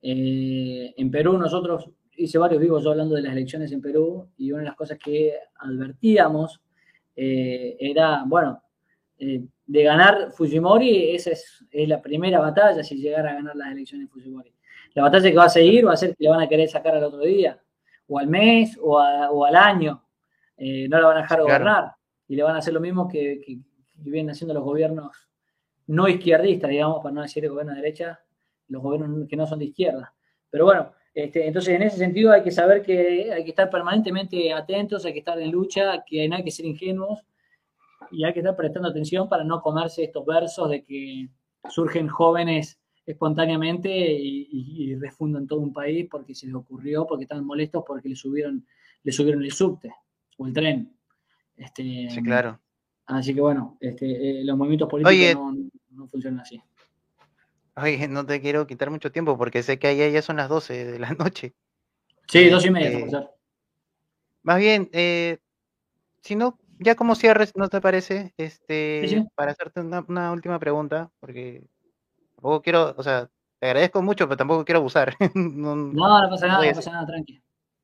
En Perú nosotros, hice varios vivos yo hablando de las elecciones en Perú, y una de las cosas que advertíamos era, bueno, de ganar Fujimori, esa es la primera batalla si llegara a ganar las elecciones Fujimori. La batalla que va a seguir va a ser que le van a querer sacar al otro día, o al mes, o al año. No la van a dejar Sí, claro. gobernar, y le van a hacer lo mismo que vienen haciendo los gobiernos no izquierdistas, digamos, para no decir el gobierno de derecha, los gobiernos que no son de izquierda. Pero bueno, entonces en ese sentido hay que saber que hay que estar permanentemente atentos, hay que estar en lucha, que no hay que ser ingenuos, y hay que estar prestando atención para no comerse estos versos de que surgen jóvenes espontáneamente y refundan todo un país porque se les ocurrió, porque estaban molestos, porque le subieron el subte o el tren. Sí, claro. Así que bueno, los movimientos políticos Oye, no funcionan así. oye, no te quiero quitar mucho tiempo porque sé que allá ya son las 12 de la noche. Sí, 2:30 tengo que Este, ser. más bien, si no, ya como cierres, ¿no te parece? Sí, sí. Para hacerte una última pregunta, porque tampoco quiero, o sea, te agradezco mucho, pero tampoco quiero abusar. No, no No, no voy a pasa decir. nada, tranqui.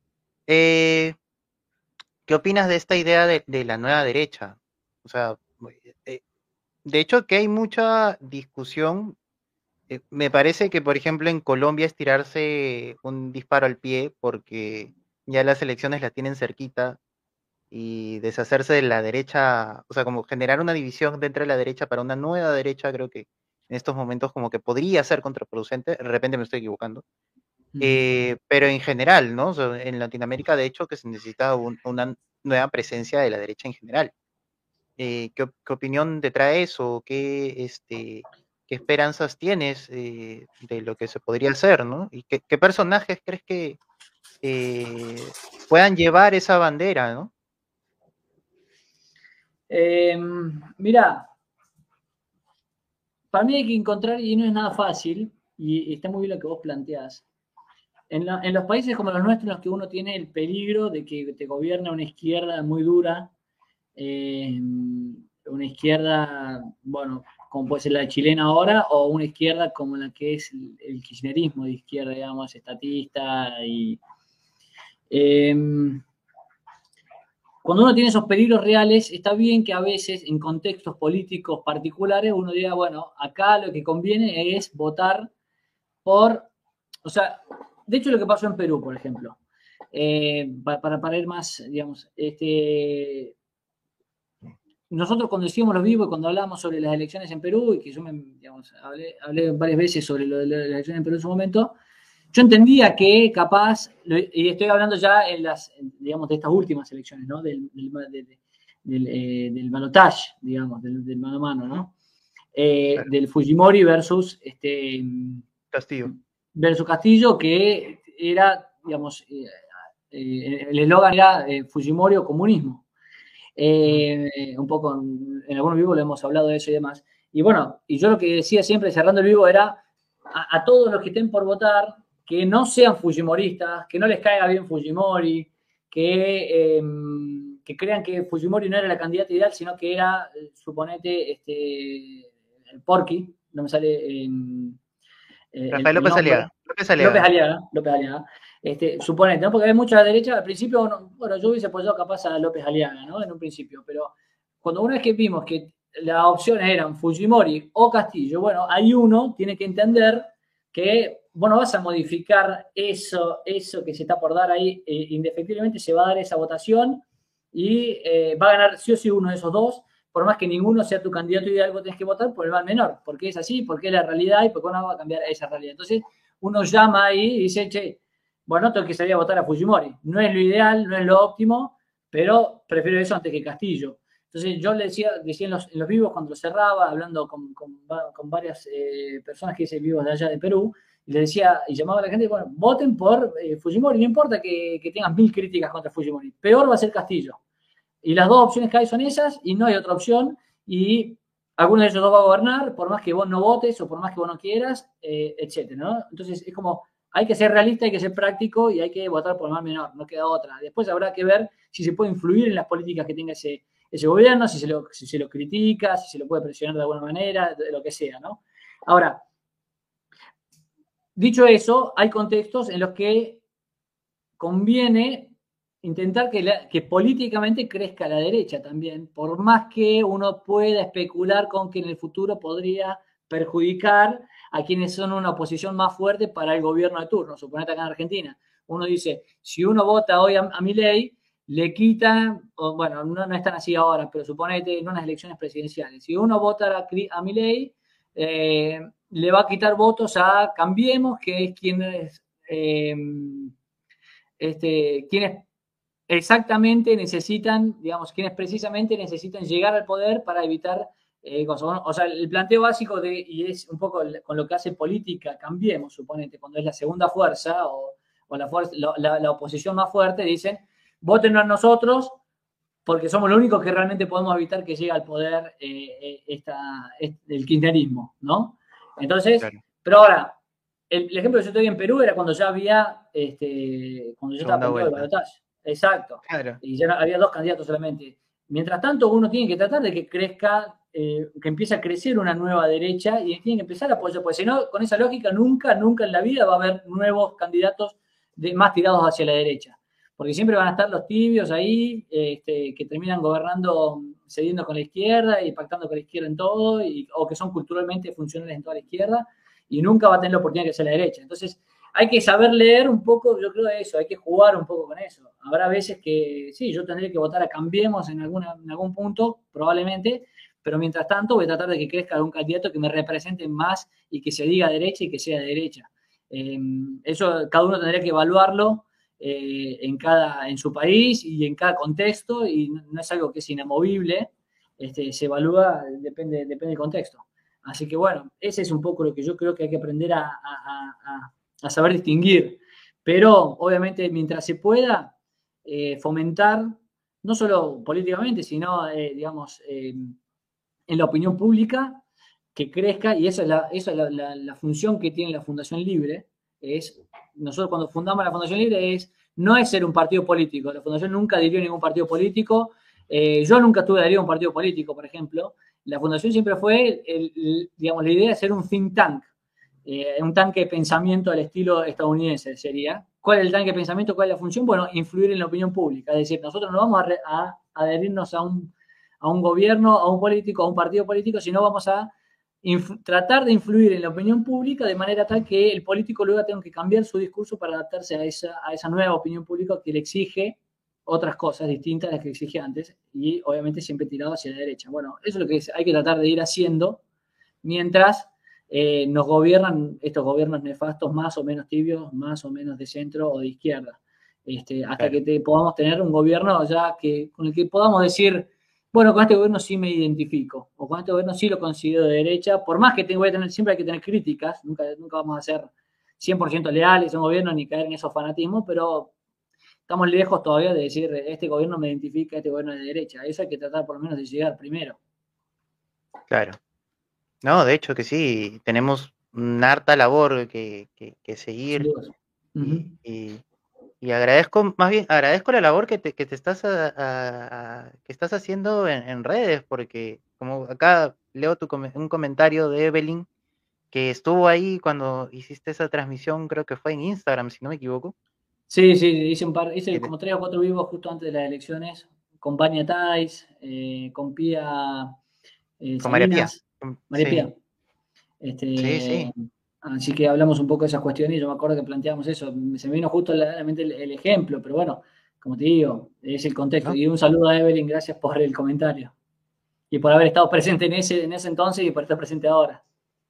Eh, ¿Qué opinas de esta idea de la nueva derecha? O sea, eh, de hecho que hay mucha discusión. Me parece que, por ejemplo, en Colombia es tirarse un disparo al pie porque ya las elecciones la tienen cerquita y deshacerse de la derecha, o sea, como generar una división dentro de la derecha para una nueva derecha, creo que en estos momentos como que podría ser contraproducente, de repente me estoy equivocando. Ujú. Pero en general, ¿no? O sea, en Latinoamérica, de hecho, que se necesita una nueva presencia de la derecha en general. ¿Qué opinión te trae eso? ¿Qué esperanzas tienes de lo que se podría hacer, ¿no? ¿Y qué personajes crees que puedan llevar esa bandera, ¿no? Eh, Mira, para mí hay que encontrar, y no es nada fácil, y está muy bien lo que vos planteás. En los países como los nuestros, en los que uno tiene el peligro de que te gobierna una izquierda muy dura, una izquierda, bueno, como puede ser la chilena ahora, o una izquierda como la que es el kirchnerismo de izquierda, digamos, estatista. Eh, Cuando uno tiene esos peligros reales, está bien que a veces en contextos políticos particulares uno diga, bueno, acá lo que conviene es votar por, o sea, de hecho lo que pasó en Perú, por ejemplo, para ir más, digamos, nosotros cuando hicimos los vivos y cuando hablamos sobre las elecciones en Perú, y que yo digamos, hablé varias veces sobre lo de las elecciones en Perú en su momento, yo entendía que capaz, y estoy hablando ya digamos, de estas últimas elecciones, ¿no? Del balotaje, digamos, del mano a mano, ¿no? Claro. Del Fujimori Castillo. versus Castillo, que era, digamos, el eslogan era Fujimori o comunismo. Ujú. Un poco en algunos vivos lo hemos hablado de eso y demás. Y bueno, y yo lo que decía siempre cerrando el vivo era a todos los que estén por votar, que no sean fujimoristas, que no les caiga bien Fujimori, que crean que Fujimori no era la candidata ideal, sino que era, suponete, el Porky, no me sale Rafael el López nombre, Aliaga. López Aliaga. López Aliaga. Suponete, ¿no? Porque hay mucha de la derecha, al principio, bueno, yo hubiese apoyado capaz a López Aliaga, ¿no? En un principio, pero cuando una vez que vimos que las opciones eran Fujimori o Castillo, bueno, hay uno tiene que entender que, bueno, vas a modificar eso que se está por dar ahí, indefectiblemente se va a dar esa votación y va a ganar sí o sí uno de esos dos, por más que ninguno sea tu candidato ideal, vos tenés que votar por el mal menor, porque es así, porque es la realidad y porque uno va a cambiar esa realidad. Entonces, uno llama ahí y dice, che, bueno, tengo que salir a votar a Fujimori. No es lo ideal, no es lo óptimo, pero prefiero eso antes que Castillo. Entonces yo le decía en los vivos cuando lo cerraba, hablando con varias personas que dicen vivos de allá de Perú, y le decía, y llamaba a la gente, bueno, voten por Fujimori, no importa que tengan 1000 críticas contra Fujimori, peor va a ser Castillo. Y las dos opciones que hay son esas y no hay otra opción y alguno de ellos dos va a gobernar por más que vos no votes o por más que vos no quieras, etcétera, ¿no? Entonces es como hay que ser realista, hay que ser práctico y hay que votar por el mal menor, no queda otra. Después habrá que ver si se puede influir en las políticas que tenga ese gobierno, si se lo critica, si se lo puede presionar de alguna manera, de lo que sea, ¿no? Ahora, dicho eso, hay contextos en los que conviene intentar que políticamente crezca la derecha también, por más que uno pueda especular con que en el futuro podría perjudicar a quienes son una oposición más fuerte para el gobierno de turno. Suponete acá en Argentina. Uno dice, si uno vota hoy a Milei, le quita, bueno, no es tan así ahora, pero suponete en unas elecciones presidenciales. Si uno vota a Milei, le va a quitar votos a Cambiemos, que es quien es... quienes exactamente necesitan, digamos, quienes precisamente necesitan llegar al poder para evitar cosas. O sea, el planteo básico y es un poco con lo que hace política, Cambiemos, suponete, cuando es la segunda fuerza o la oposición más fuerte, dicen, voten a nosotros porque somos lo único que realmente podemos evitar que llegue al poder el kirchnerismo, ¿no? Entonces, Claro. pero ahora, el ejemplo que yo te doy en Perú era cuando ya había, cuando ya estaba Segunda planteado el vuelta. balotaje. Exacto. Claro. Y ya había dos candidatos solamente. Mientras tanto, uno tiene que tratar de que crezca, que empiece a crecer una nueva derecha y tiene que empezar a apoyar, porque si no, con esa lógica, nunca en la vida va a haber nuevos candidatos más tirados hacia la derecha porque siempre van a estar los tibios ahí, que terminan gobernando, cediendo con la izquierda y pactando con la izquierda en todo, o que son culturalmente funcionales en toda la izquierda, y nunca va a tener la oportunidad que sea la derecha. Entonces, hay que saber leer un poco, yo creo eso, hay que jugar un poco con eso. Habrá veces que, sí, yo tendré que votar a Cambiemos en algún punto, probablemente, pero mientras tanto voy a tratar de que crezca algún candidato que me represente más y que se diga derecha y que sea de derecha. Eso cada uno tendría que evaluarlo en su país y en cada contexto, y no es algo que es inamovible, se evalúa, depende del contexto. Así que bueno, ese es un poco lo que yo creo que hay que aprender a saber distinguir. Pero obviamente mientras se pueda fomentar, no solo políticamente, sino, digamos, en la opinión pública, que crezca, y esa es la función que tiene la Fundación Libre, es, nosotros cuando fundamos la Fundación Libre no es ser un partido político, la Fundación nunca adhirió a ningún partido político, yo nunca estuve adherido a un partido político, por ejemplo, la Fundación siempre fue, digamos, la idea de ser un think tank, un tanque de pensamiento al estilo estadounidense sería. ¿Cuál es el tanque de pensamiento? ¿Cuál es la función? Bueno, influir en la opinión pública, es decir, nosotros no vamos a adherirnos a un gobierno, a un político, a un partido político, sino vamos a tratar de influir en la opinión pública de manera tal que el político luego tenga que cambiar su discurso para adaptarse a esa nueva opinión pública que le exige otras cosas distintas a las que exige antes y obviamente siempre tirado hacia la derecha. Bueno, eso es lo que hay que tratar de ir haciendo mientras nos gobiernan estos gobiernos nefastos más o menos tibios, más o menos de centro o de izquierda. Hasta Claro. que podamos tener un gobierno ya con el que podamos decir, bueno, con este gobierno sí me identifico, o con este gobierno sí lo considero de derecha, por más que siempre hay que tener críticas, nunca vamos a ser 100% leales a un gobierno ni caer en esos fanatismos, pero estamos lejos todavía de decir, este gobierno me identifica, este gobierno es de derecha. Eso hay que tratar por lo menos de llegar primero. Claro. No, de hecho que sí, tenemos una harta labor que Sin seguir dudas. y, Uh-huh. y, y agradezco, más bien, agradezco la labor que estás, que estás haciendo en redes, porque como acá leo un comentario de Evelyn que estuvo ahí cuando hiciste esa transmisión, creo que fue en Instagram, si no me equivoco. Sí, sí, hice y de- como 3 o 4 vivos justo antes de las elecciones, con Vania Tais, con Pía con María Pía. Salinas, María Sí, Pía. sí, Este, sí, así que hablamos un poco de esas cuestiones y yo me acuerdo que planteamos eso. Se me vino justo a la mente el ejemplo, pero bueno, como te digo, es el contexto. ¿no? Y un saludo a Evelyn, gracias por el comentario y por haber estado presente en ese entonces y por estar presente ahora.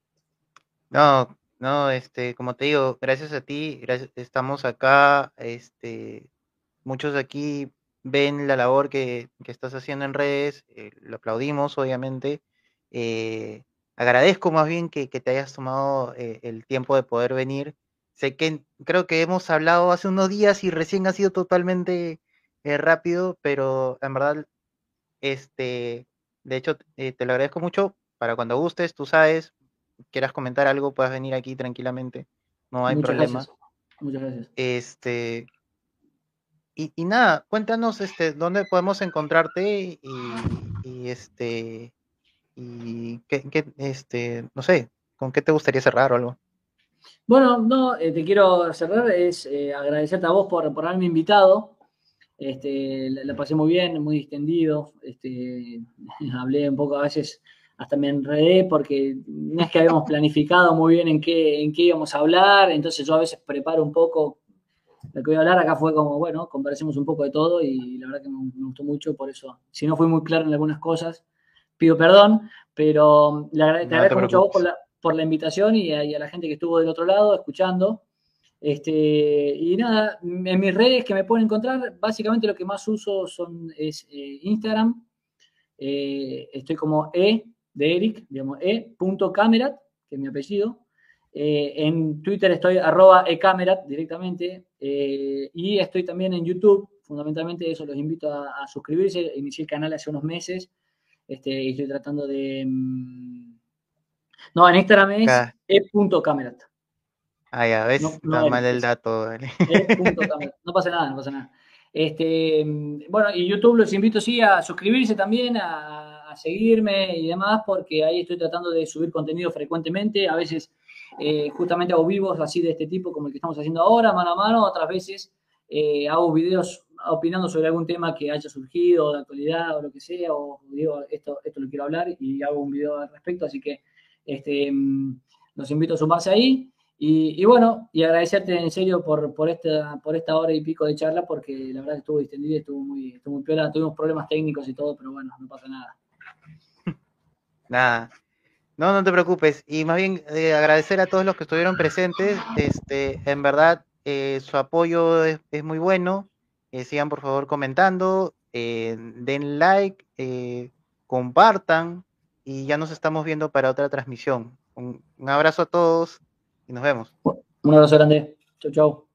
No, no, como te digo, gracias a ti, estamos acá, muchos de aquí ven la labor que estás haciendo en redes, lo aplaudimos, obviamente. eh, Agradezco más bien que te hayas tomado el tiempo de poder venir. Sé que creo que hemos hablado hace unos días y recién ha sido totalmente rápido, pero en verdad, de hecho, te lo agradezco mucho. Para cuando gustes, tú sabes, quieras comentar algo, puedas venir aquí tranquilamente, no hay Muchas problema. gracias. Muchas gracias. Y nada, cuéntanos dónde podemos encontrarte y no sé, con qué te gustaría cerrar o algo. Bueno, no, te quiero cerrar, es agradecerte a vos por haberme invitado. La pasé muy bien, muy distendido. Hablé un poco, a veces hasta me enredé porque no es que habíamos planificado muy bien en qué íbamos a hablar, entonces yo a veces preparo un poco lo que voy a hablar. Acá fue como, bueno, conversemos un poco de todo y la verdad que me gustó mucho, por eso, si no fui muy claro en algunas cosas, pido perdón, pero te No te agradezco mucho a vos preocupes. por la invitación y a la gente que estuvo del otro lado escuchando. Y nada, en mis redes que me pueden encontrar, básicamente lo que más uso es Instagram. Estoy como de Eric, digamos, e.camerat, que es mi apellido. En Twitter estoy @ecamerat directamente. Y estoy también en YouTube, fundamentalmente eso los invito a suscribirse. Inicié el canal hace unos meses y estoy tratando de... No, en Instagram es Acá, e.camerat. ya ves, No, no está mal Eric, el es dato, dale. e.camerat. No pasa nada, no pasa nada. Bueno, y YouTube los invito sí a suscribirse también, a seguirme y demás, porque ahí estoy tratando de subir contenido frecuentemente. A veces justamente hago vivos así de este tipo, como el que estamos haciendo ahora, mano a mano. Otras veces hago videos opinando sobre algún tema que haya surgido, de actualidad o lo que sea, o digo, esto lo quiero hablar y hago un video al respecto. Así que los invito a sumarse ahí. Y bueno, y agradecerte en serio por esta hora y pico de charla, porque la verdad que estuvo distendida, estuvo muy piola. Tuvimos problemas técnicos y todo, pero bueno, no pasa nada. Nada, no te preocupes. Y más bien agradecer a todos los que estuvieron presentes. En verdad, su apoyo es muy bueno. Sigan por favor comentando, den like, compartan y ya nos estamos viendo para otra transmisión. Un abrazo a todos y nos vemos. Un abrazo grande. Chau, chau.